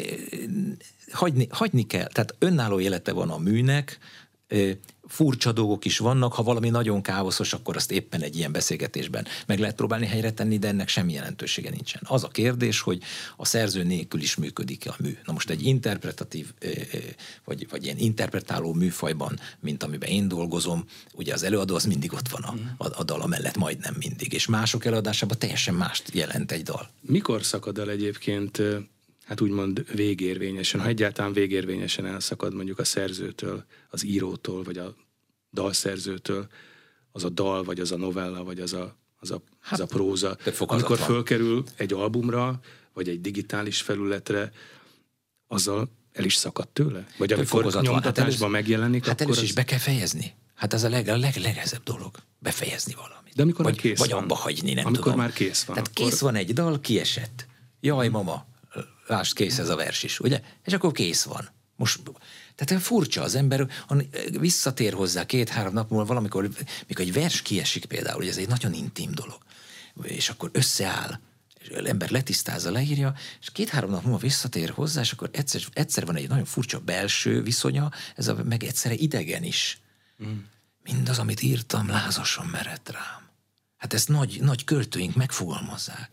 hagyni kell, tehát önálló élete van a műnek, furcsa dolgok is vannak, ha valami nagyon káoszos, akkor azt éppen egy ilyen beszélgetésben meg lehet próbálni helyre tenni, de ennek semmi jelentősége nincsen. Az a kérdés, hogy a szerző nélkül is működik a mű. Na most egy interpretatív, vagy ilyen interpretáló műfajban, mint amiben én dolgozom, ugye az előadó az mindig ott van a dala mellett, majdnem mindig, és mások előadásában teljesen mást jelent egy dal. Mikor szakad el egyébként, hát úgymond végérvényesen, ha egyáltalán végérvényesen elszakad mondjuk a szerzőtől, az írótól, vagy a dalszerzőtől, az a dal, vagy az a novella, vagy az a próza, amikor fölkerül egy albumra, vagy egy digitális felületre, azzal el is szakad tőle? Vagy amikor nyomtatásban megjelenik, hát először is be kell fejezni. Hát ez a legnehezebb dolog, befejezni valamit. De amikor már kész vagy van. abba hagyni, nem amikor tudom. Már kész van. Tehát kész van egy dal, kiesett. Jaj, mama, lásd, kész ez a vers is, ugye? És akkor kész van. Most, tehát furcsa az ember, visszatér hozzá 2-3 nap múlva valamikor, mikor egy vers kiesik például, hogy ez egy nagyon intim dolog, és akkor összeáll, és az ember letisztázza, leírja, és 2-3 nap múlva visszatér hozzá, és akkor egyszer van egy nagyon furcsa belső viszonya, ez meg egyszerre idegen is. Mindaz, amit írtam, lázasan merett rám. Hát ezt nagy költőink megfogalmazzák.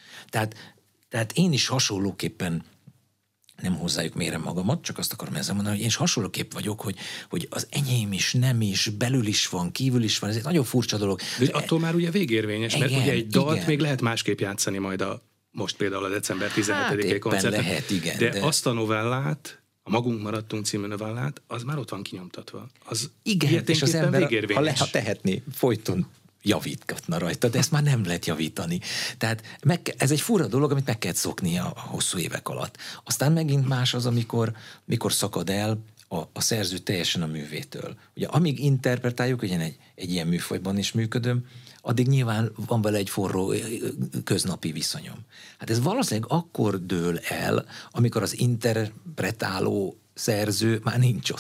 Tehát én is hasonlóképpen nem hozzájuk mérem magamat, csak azt akarom ezzel mondani, hogy én is hasonlóképp vagyok, hogy az enyém is, nem is, belül is van, kívül is van, ez egy nagyon furcsa dolog. De attól már ugye végérvényes, mert ugye egy dalt még lehet másképp játszani majd most például a december 17-i koncerten. Lehet, igen. De azt a novellát, a Magunk maradtunk című novellát, az már ott van kinyomtatva. Az igen, és az ember, ha tehetné, folyton javítgatna rajta, de ezt már nem lehet javítani. Tehát ez egy fura dolog, amit meg kell szokni a hosszú évek alatt. Aztán megint más az, mikor szakad el a szerző teljesen a művétől. Ugye amíg interpretáljuk, ugye egy ilyen műfajban is működöm, addig nyilván van vele egy forró köznapi viszonyom. Hát ez valószínűleg akkor dől el, amikor az interpretáló szerző már nincs ott.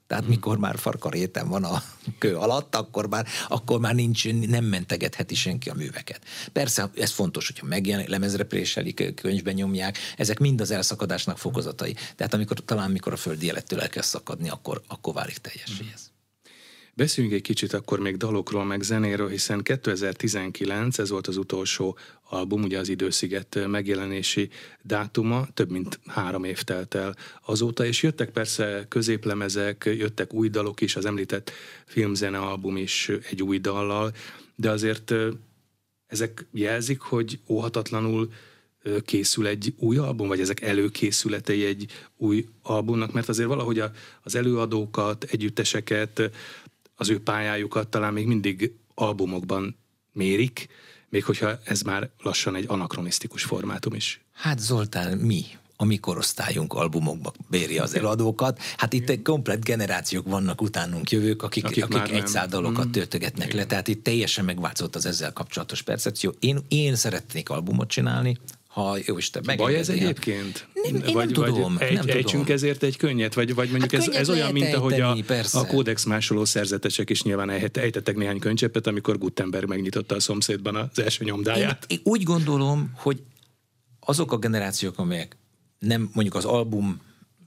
Tehát mikor már farkaréten van a kő alatt, akkor már nem mentegetheti senki a műveket. Persze ez fontos, hogyha megjelenik, lemezre préselik, könyvben nyomják, ezek mind az elszakadásnak fokozatai. Tehát amikor a földi élettől elkezd szakadni, akkor válik teljessé ez. Beszéljünk egy kicsit akkor még dalokról, meg zenéről, hiszen 2019, ez volt az utolsó album, ugye az Idősziget megjelenési dátuma, több mint 3 év telt el azóta, és jöttek persze középlemezek, jöttek új dalok is, az említett filmzene album is egy új dallal, de azért ezek jelzik, hogy óhatatlanul készül egy új album, vagy ezek előkészületei egy új albumnak, mert azért valahogy az előadókat, együtteseket, az ő pályájukat talán még mindig albumokban mérik, még hogyha ez már lassan egy anakronisztikus formátum is. Hát Zoltán, a mi korosztályunk albumokba béri az előadókat. Hát itt egy komplett generációk vannak utánunk jövők, akik egy száldalokat töltögetnek le, tehát itt teljesen megváltozott az ezzel kapcsolatos percepció. Én szeretnék albumot csinálni, ha jó Isten megengedi. Baj ez egyébként? Nem tudom. Ejtsünk ezért egy könnyet? Vagy mondjuk hát ez olyan, mint ahogy a kódex másoló szerzetesek is nyilván ejtettek néhány könycseppet, amikor Gutenberg megnyitotta a szomszédban az első nyomdáját. Én úgy gondolom, hogy azok a generációk, amelyek nem mondjuk az album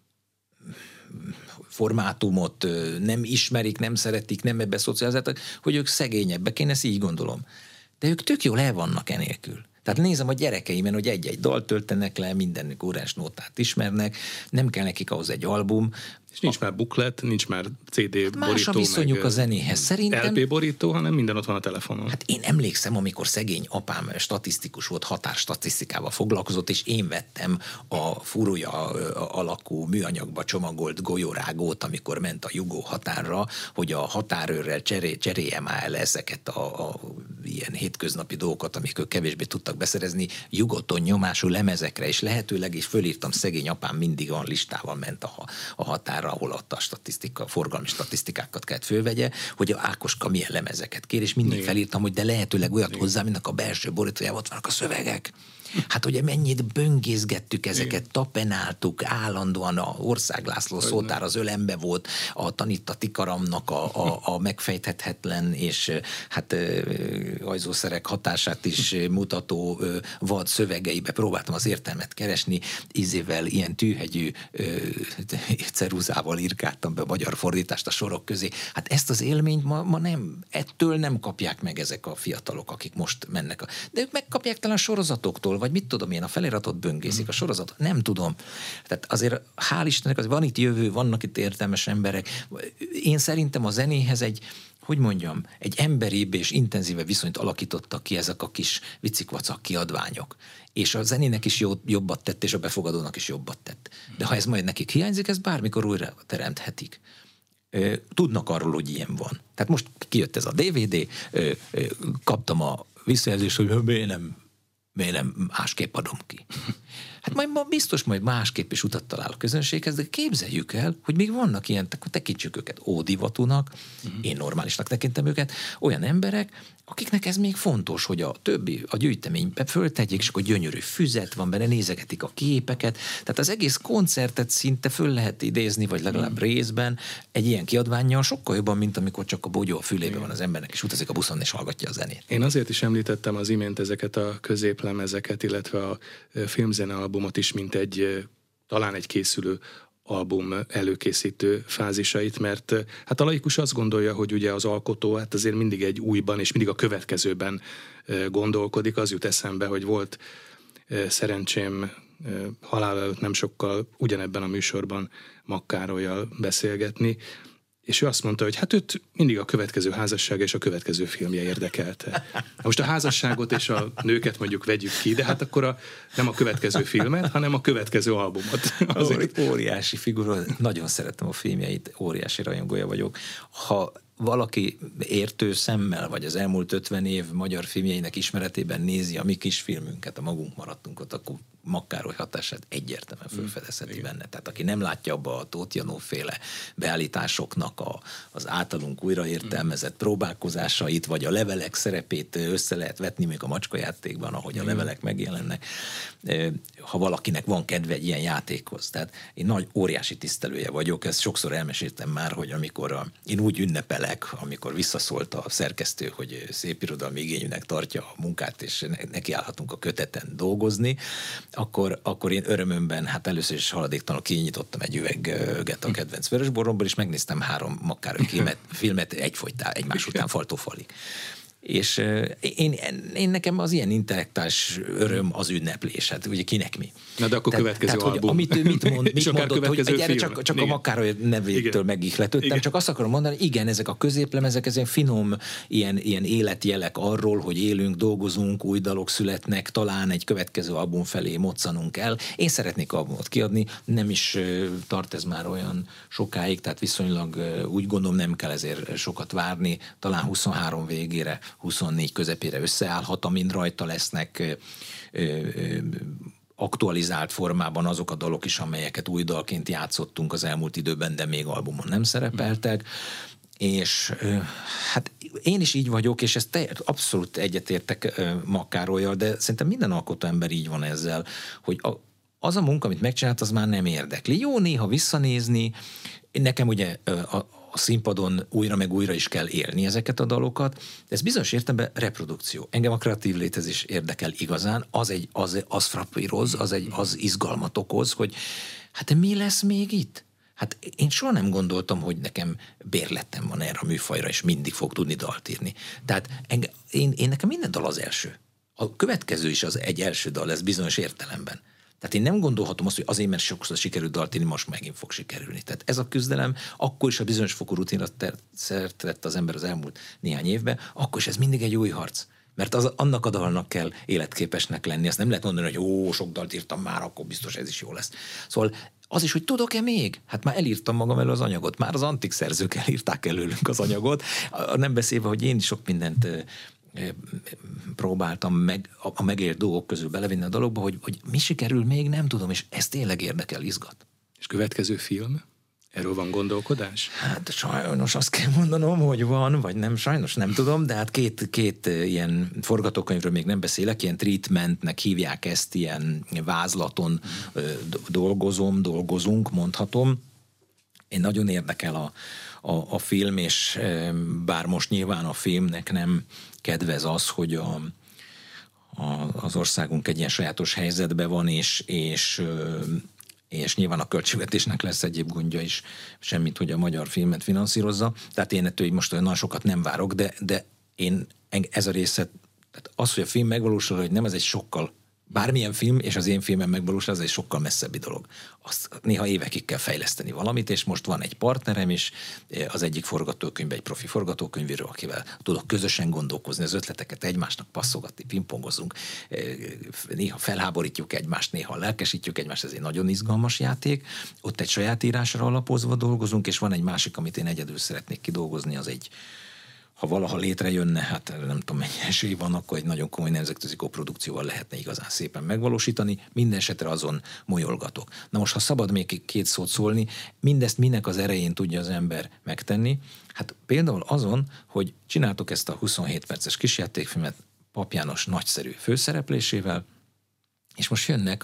formátumot nem ismerik, nem szeretik, nem ebbe szocializáltak, hogy ők szegényebbek, én ezt így gondolom. De ők tök jól el vannak enélkül. Tehát nézem a gyerekeimen, hogy egy-egy dalt töltenek le, minden órás nótát ismernek, nem kell nekik ahhoz egy album. És nincs már buklet, nincs már CD borító. Más a viszonyuk a zenéhez. Szerintem LP borító, hanem minden ott van a telefonon. Hát én emlékszem, amikor szegény apám statisztikus volt, határstatisztikával foglalkozott, és én vettem a fúrója alakú műanyagba csomagolt golyórágót, amikor ment a jugó határra, hogy a határőrrel cseréljem el ezeket a ilyen hétköznapi dolgokat, amik ők kevésbé tudtak beszerezni, jugoton nyomású lemezekre, és lehetőleg is fölírtam, szegény apám mindig olyan listával ment a határra, ahol ott a forgalmi statisztikákat kellett fölvegye, hogy a Ákoska milyen lemezeket kér, és mindig felírtam, hogy de lehetőleg olyat hozzá, mindnek a belső borítójában ott vannak a szövegek. Hát ugye mennyit böngészgettük ezeket, tapenáltuk állandóan, a Ország László szótár az ölembe volt, a Tanita Tikaramnak a megfejthetetlen és hát ajzószerek hatását is mutató vad szövegeibe próbáltam az értelmet keresni, ízével ilyen tűhegyű ceruzával írkáltam be a magyar fordítást a sorok közé. Hát ezt az élményt ma ettől nem kapják meg ezek a fiatalok, akik most mennek. De ők megkapják talán sorozatoktól, vagy mit tudom én, a feliratot böngészik, a sorozat, nem tudom. Tehát azért hál' Istennek, az van itt jövő, vannak itt értelmes emberek. Én szerintem a zenéhez egy emberibb és intenzíve viszonyt alakítottak ki ezek a kis vicikvacak kiadványok. És a zenének is jobbat tett, és a befogadónak is jobbat tett. De ha ez majd nekik hiányzik, ezt bármikor újra teremthetik. Tudnak arról, hogy ilyen van. Tehát most kijött ez a DVD, kaptam a visszajelzést, hogy miért nem másképp adom ki. Hát majd biztos másképp is utat talál a közönséghez, de képzeljük el, hogy még vannak ilyen, tekintsük őket ódivatúnak, én normálisnak tekintem őket, olyan emberek, akiknek ez még fontos, hogy a gyűjteménybe föltegyék, és akkor gyönyörű füzet van benne, nézegetik a képeket, tehát az egész koncertet szinte föl lehet idézni, vagy legalább részben egy ilyen kiadvánnyal sokkal jobban, mint amikor csak a bogyó a fülében van az embernek, és utazik a buszon, és hallgatja a zenét. Én azért is említettem az imént ezeket a középlemezeket, illetve a filmzene albumot is, mint talán egy készülő album előkészítő fázisait, mert hát a laikus azt gondolja, hogy ugye az alkotó hát azért mindig egy újban és mindig a következőben gondolkodik. Az jut eszembe, hogy volt szerencsém halál előtt nem sokkal ugyanebben a műsorban Makk Károllyal beszélgetni, és ő azt mondta, hogy hát őt mindig a következő házasság és a következő filmje érdekelte. Most a házasságot és a nőket mondjuk vegyük ki, de hát akkor nem a következő filmet, hanem a következő albumot. Óriási figura, nagyon szeretem a filmjeit, óriási rajongója vagyok. Ha valaki értő szemmel, vagy az elmúlt 50 év magyar filmjeinek ismeretében nézi a mi kis filmünket, a Magunk maradtunkat, akkor Makkároly hatását egyértelműen felfedezheti benne. Tehát aki nem látja abba a Tóth Janó-féle beállításoknak az általunk újraértelmezett próbálkozásait, vagy a levelek szerepét össze lehet vetni még a macskajátékban, ahogy a levelek megjelennek, ha valakinek van kedve egy ilyen játékhoz. Tehát én nagy óriási tisztelője vagyok, ezt sokszor elmeséltem már, hogy amikor én úgy ünnepelek, amikor visszaszólt a szerkesztő, hogy szépirodalmi igényűnek tartja a munkát, és nekiállhatunk a köteten dolgozni, akkor én örömömben, hát először is haladéktalanul kinyitottam egy üveget a kedvenc vörösboromból, és megnéztem 3 Makkároly filmet egyfolytán, egymás után faltófalig. És én nekem az ilyen intellektuális öröm az ünneplés, hát ugye kinek mi. Na de akkor következő album. Mit mondott, hogy film. csak a Makkároly nevétől megihletődtem, csak azt akarom mondani, igen, ezek a középlemezek, ezek finom ilyen életjelek arról, hogy élünk, dolgozunk, új dalok születnek, talán egy következő album felé moccanunk el. Én szeretnék albumot kiadni, nem is tart ez már olyan sokáig, tehát viszonylag úgy gondolom nem kell ezért sokat várni, talán 23 végére, 24 közepére összeállhat, amin rajta lesznek aktualizált formában azok a dalok is, amelyeket új dalként játszottunk az elmúlt időben, de még albumon nem szerepeltek. És hát én is így vagyok, és ezt abszolút egyetértek Makkárolyjal, de szerintem minden alkotó ember így van ezzel, hogy az a munka, amit megcsinált, az már nem érdekli. Jó néha visszanézni, nekem ugye a színpadon újra meg újra is kell élni ezeket a dalokat, de ez bizonyos értelemben reprodukció. Engem a kreatív létezés érdekel igazán, az frappíroz, az izgalmat okoz, hogy hát mi lesz még itt? Hát én soha nem gondoltam, hogy nekem bérletem van erre a műfajra, és mindig fog tudni dalt írni. Tehát én nekem minden dal az első. A következő is az egy első dal lesz bizonyos értelemben. Tehát én nem gondolhatom azt, hogy azért, mert sokszor sikerült dalt írni, most megint fog sikerülni. Tehát ez a küzdelem, akkor is a bizonyos fokú rutinra szert tett az ember az elmúlt néhány évben, akkor is ez mindig egy új harc. Mert annak a dalnak kell életképesnek lenni. Azt nem lehet mondani, hogy sok dalt írtam már, akkor biztos ez is jó lesz. Szóval az is, hogy tudok-e még? Hát már elírtam magam elő az anyagot. Már az antik szerzők elírták előlünk az anyagot. Nem beszélve, hogy én is sok mindent próbáltam a megélt dolgok közül belevinni a dologba, hogy mi sikerül még, nem tudom, és ez tényleg érdekel, izgat. És következő film? Erről van gondolkodás? Hát sajnos azt kell mondanom, hogy van, vagy nem, sajnos nem tudom, de hát két ilyen forgatókönyvről még nem beszélek, ilyen treatmentnek hívják ezt, ilyen vázlaton dolgozunk, mondhatom. Én nagyon érdekel a film, és bár most nyilván a filmnek nem kedvez az, hogy az országunk egy ilyen sajátos helyzetben van, és nyilván a költségvetésnek lesz egyéb gondja is, semmit, hogy a magyar filmet finanszírozza. Tehát én ettől most olyan sokat nem várok, de én ez a része, tehát az, hogy a film megvalósul, hogy nem ez egy sokkal, bármilyen film, és az én filmem megvalósul, az egy sokkal messzebbi dolog. Azt néha évekig kell fejleszteni valamit, és most van egy partnerem is, az egyik forgatókönyv, egy profi forgatókönyvíró, akivel tudok közösen gondolkozni, az ötleteket egymásnak passzolgatni, pingpongozunk, néha felháborítjuk egymást, néha lelkesítjük egymást, ez egy nagyon izgalmas játék. Ott egy saját írásra alapozva dolgozunk, és van egy másik, amit én egyedül szeretnék kidolgozni, az egy, ha valaha létrejönne, hát nem tudom mennyi esély van, akkor egy nagyon komoly nemzetközi koprodukcióval lehetne igazán szépen megvalósítani. Minden esetre azon molyolgatok. Na most, ha szabad még 2 szót szólni, mindezt minek az erején tudja az ember megtenni? Hát például azon, hogy csináltok ezt a 27 perces kisjátékfilmet Pap János nagyszerű főszereplésével, és most jönnek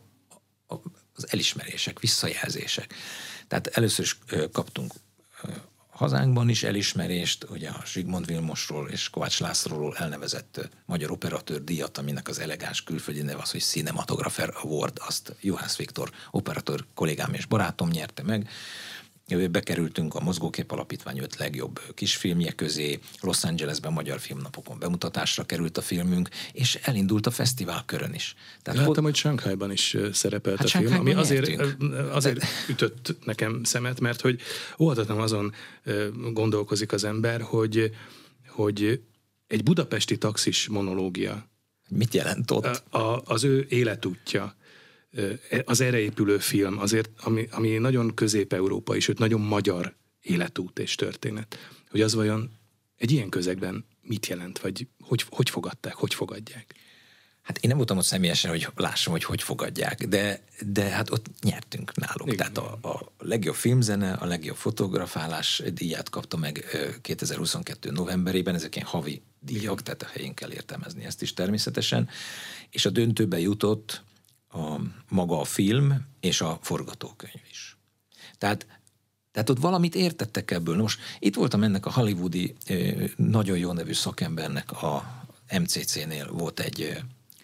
az elismerések, visszajelzések. Tehát először is kaptunk hazánkban is elismerést, ugye a Zsigmond Vilmosról és Kovács Lászlóról elnevezett magyar operatőr díjat, aminek az elegáns külföldi neve az, hogy Cinematographer Award, azt Juhász Viktor operatőr kollégám és barátom nyerte meg. Bekerültünk a Mozgókép Alapítvány 5 legjobb kisfilmje közé, Los Angelesben magyar filmnapokon bemutatásra került a filmünk, és elindult a fesztiválkörön is. Tehát láttam, hogy Shanghaiban is szerepelt a film, ami azért ütött nekem szemet, mert hogy óhatatlan azon gondolkozik az ember, hogy egy budapesti taxis monológia. Mit jelent ott? Az ő életútja, az erre épülő film, azért, ami nagyon közép-európai, sőt nagyon magyar életút és történet, hogy az vajon egy ilyen közegben mit jelent, vagy hogy fogadták, hogy fogadják? Hát én nem voltam ott személyesen, hogy lássam, hogy fogadják, de hát ott nyertünk náluk. Igen. Tehát a legjobb filmzene, a legjobb fotografálás díját kapta meg 2022 novemberében, ezek ilyen havi díjak, tehát a helyén kell értelmezni ezt is természetesen, és a döntőbe jutott maga a film és a forgatókönyv is. Tehát ott valamit értettek ebből. Most itt voltam ennek a hollywoodi nagyon jó nevű szakembernek a MCC-nél volt egy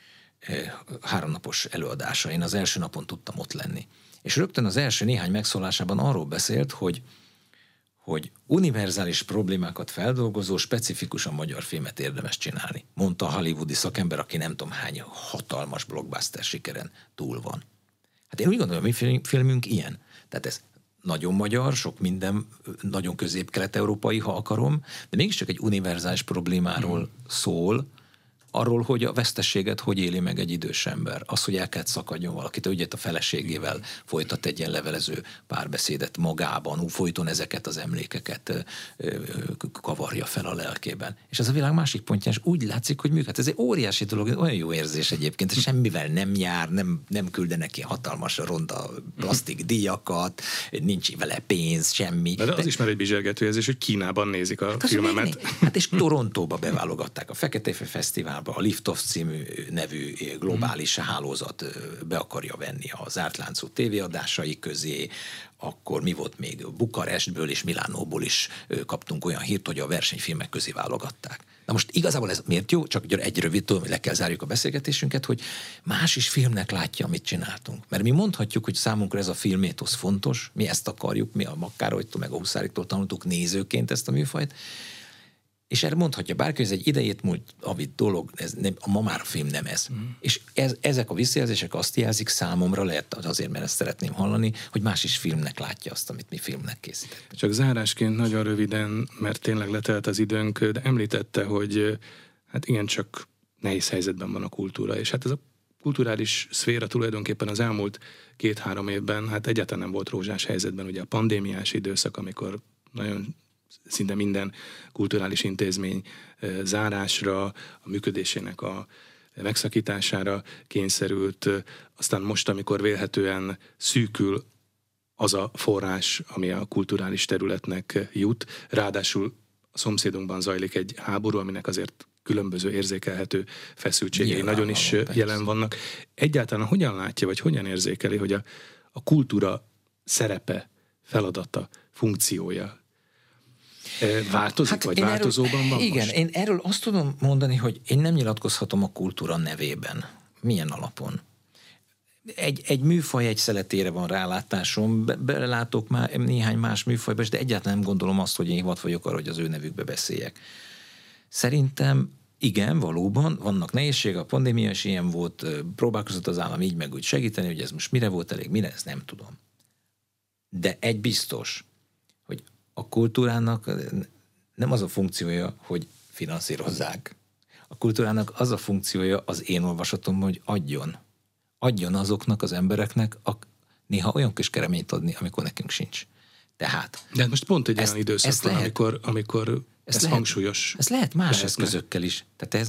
3 napos előadása. Én az első napon tudtam ott lenni. És rögtön az első néhány megszólásában arról beszélt, hogy univerzális problémákat feldolgozó, specifikusan magyar filmet érdemes csinálni. Mondta a hollywoodi szakember, aki nem tudom hány hatalmas blockbuster sikeren túl van. Hát én úgy gondolom, hogy mi filmünk ilyen. Tehát ez nagyon magyar, sok minden, nagyon közép-kelet-európai, ha akarom, de mégiscsak egy univerzális problémáról szól, arról, hogy a vesztességet hogy éli meg egy idős ember. Az, hogy el kell szakadjon valakit, ugye a feleségével folytat egy ilyen levelező párbeszédet magában, folyton ezeket az emlékeket kavarja fel a lelkében. És ez a világ másik pontján, és úgy látszik, hogy működik. Ez egy óriási dolog, olyan jó érzés egyébként, semmivel nem jár, nem küldenek ki hatalmas ronda plastik díjakat, nincs vele pénz, semmi. De az is már egy bizsergető érzés, hogy Kínában nézik a filmemet. Hát és Torontóba beválogatták a Fekete Fesztiválba, a Liftoff című nevű globális hálózat be akarja venni a zártláncú tévéadásai közé, akkor mi volt még? Bukarestből és Milánóból is kaptunk olyan hírt, hogy a versenyfilmek közé válogatták. Na most igazából ez miért jó? Csak egy rövid, tudom, hogy le kell zárjuk a beszélgetésünket, hogy más is filmnek látja, amit csináltunk. Mert mi mondhatjuk, hogy számunkra ez a filmétosz fontos, mi ezt akarjuk, mi a Makkárolytól meg a Huszáriktól tanultuk nézőként ezt a műfajt, és erre mondhatja bárki, ez egy idejét múlt avit dolog, ez nem, ma már a film nem ez. És ezek a visszajelzések azt jelzik számomra, lehet azért, mert ezt szeretném hallani, hogy más is filmnek látja azt, amit mi filmnek készítettünk. Csak zárásként nagyon röviden, mert tényleg letelt az időnk, de említette, hogy hát igen, csak nehéz helyzetben van a kultúra, és hát ez a kulturális szféra tulajdonképpen az elmúlt 2-3 évben hát egyáltalán nem volt rózsás helyzetben, ugye a pandémiás időszak, amikor nagyon szinte minden kulturális intézmény zárásra, a működésének a megszakítására kényszerült. Aztán most, amikor vélhetően szűkül az a forrás, ami a kulturális területnek jut, ráadásul a szomszédunkban zajlik egy háború, aminek azért különböző érzékelhető feszültségei nagyon is jelen vannak. Egyáltalán hogyan látja, vagy hogyan érzékeli, hogy a kultúra szerepe, feladata, funkciója változik, vagy változóban van igen, most? Én erről azt tudom mondani, hogy én nem nyilatkozhatom a kultúra nevében. Milyen alapon? Egy műfaj egy szeletére van rálátásom, belelátok már néhány más műfajba, de egyáltalán nem gondolom azt, hogy én hivat vagyok arra, hogy az ő nevükbe beszéljek. Szerintem igen, valóban, vannak nehézségek, a pandémia is ilyen volt, próbálkozott az állam így meg úgy segíteni, hogy ez most mire volt elég, mire, ezt nem tudom. De egy biztos, hogy a kultúrának nem az a funkciója, hogy finanszírozzák. A kultúrának az a funkciója, az én olvasatom, hogy adjon azoknak az embereknek néha olyan kis kereményt adni, amikor nekünk sincs. Tehát... De most pont egy olyan időszak van, amikor ez hangsúlyos. Ez lehet más eszközökkel is. Tehát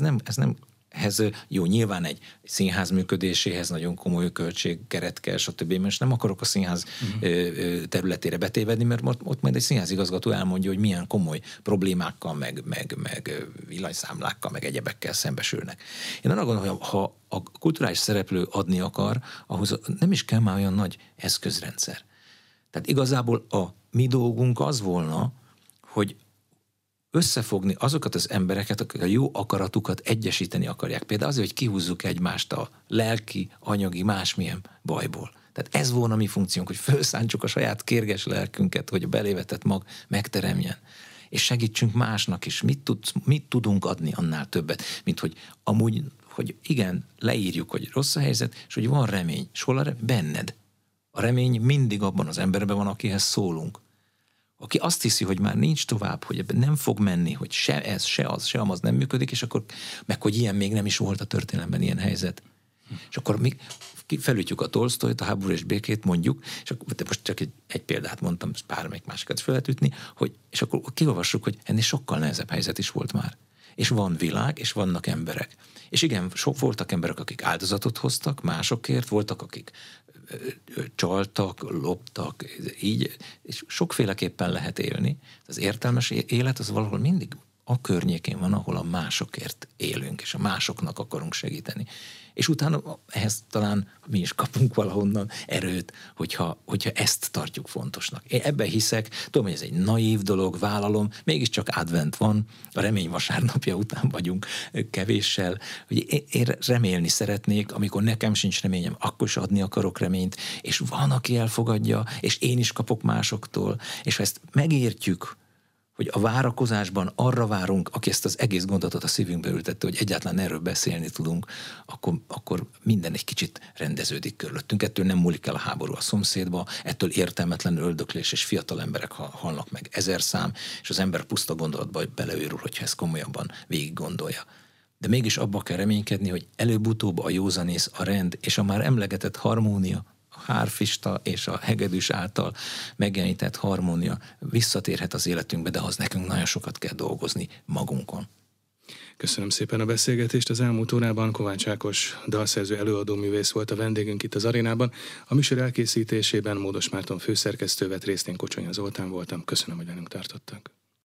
ez jó, nyilván egy színház működéséhez nagyon komoly költségkeret kell, stb. Most nem akarok a színház területére betévedni, mert ott majd egy színházigazgató elmondja, hogy milyen komoly problémákkal, meg villanyszámlákkal, meg egyebekkel szembesülnek. Én arra gondolom, hogy ha a kulturális szereplő adni akar, ahhoz nem is kell már olyan nagy eszközrendszer. Tehát igazából a mi dolgunk az volna, hogy összefogni azokat az embereket, akik a jó akaratukat egyesíteni akarják. Például azért, hogy kihúzzuk egymást a lelki, anyagi, másmilyen bajból. Tehát ez volna a mi funkciónk, hogy felszántsuk a saját kérges lelkünket, hogy a belévetett mag megteremjen. És segítsünk másnak is. Mit tudunk adni annál többet, mint hogy amúgy, hogy igen, leírjuk, hogy rossz a helyzet, és hogy van remény. És hol a remény? Benned. A remény mindig abban az emberben van, akihez szólunk. Aki azt hiszi, hogy már nincs tovább, hogy ebben nem fog menni, hogy se ez, se az, se amaz nem működik, és akkor meg, hogy ilyen még nem is volt a történelemben ilyen helyzet. És akkor mi felütjük a Tolsztojt, a Háború és békét mondjuk, és akkor most csak egy példát mondtam, bármelyik másikat fel lehet ütni, és akkor kiolvassuk, hogy ennél sokkal nehezebb helyzet is volt már. és van világ, és vannak emberek. És igen, voltak emberek, akik áldozatot hoztak másokért, voltak, akik csaltak, loptak, így, és sokféleképpen lehet élni. Az értelmes élet az valahol mindig a környékén van, ahol a másokért élünk, és a másoknak akarunk segíteni. És utána ehhez talán mi is kapunk valahonnan erőt, hogyha ezt tartjuk fontosnak. Én ebben hiszek, tudom, hogy ez egy naív dolog, vállalom, mégiscsak advent van, a remény vasárnapja után vagyunk kevéssel, hogy én remélni szeretnék, amikor nekem sincs reményem, akkor is adni akarok reményt, és van, aki elfogadja, és én is kapok másoktól, és ha ezt megértjük, hogy a várakozásban arra várunk, aki ezt az egész gondolatot a szívünkbe ültette, hogy egyáltalán erről beszélni tudunk, akkor minden egy kicsit rendeződik körülöttünk. Ettől nem múlik el a háború a szomszédba, ettől értelmetlen öldöklés és fiatal emberek halnak meg 1000 szám, és az ember puszta gondolatba beleőrül, hogyha ezt komolyabban végig gondolja. De mégis abba kell reménykedni, hogy előbb-utóbb a józanész, a rend és a már emlegetett harmónia, a hárfista és a hegedűs által megjelenített harmónia visszatérhet az életünkbe, de az nekünk nagyon sokat kell dolgozni magunkon. Köszönöm szépen a beszélgetést. Az elmúlt órában Kovács Ákos dalszerző, előadó művész volt a vendégünk itt az arénában. A műsor elkészítésében Módos Márton főszerkesztő vett részt, én Kocsonya Zoltán voltam. Köszönöm, hogy velünk tartottak.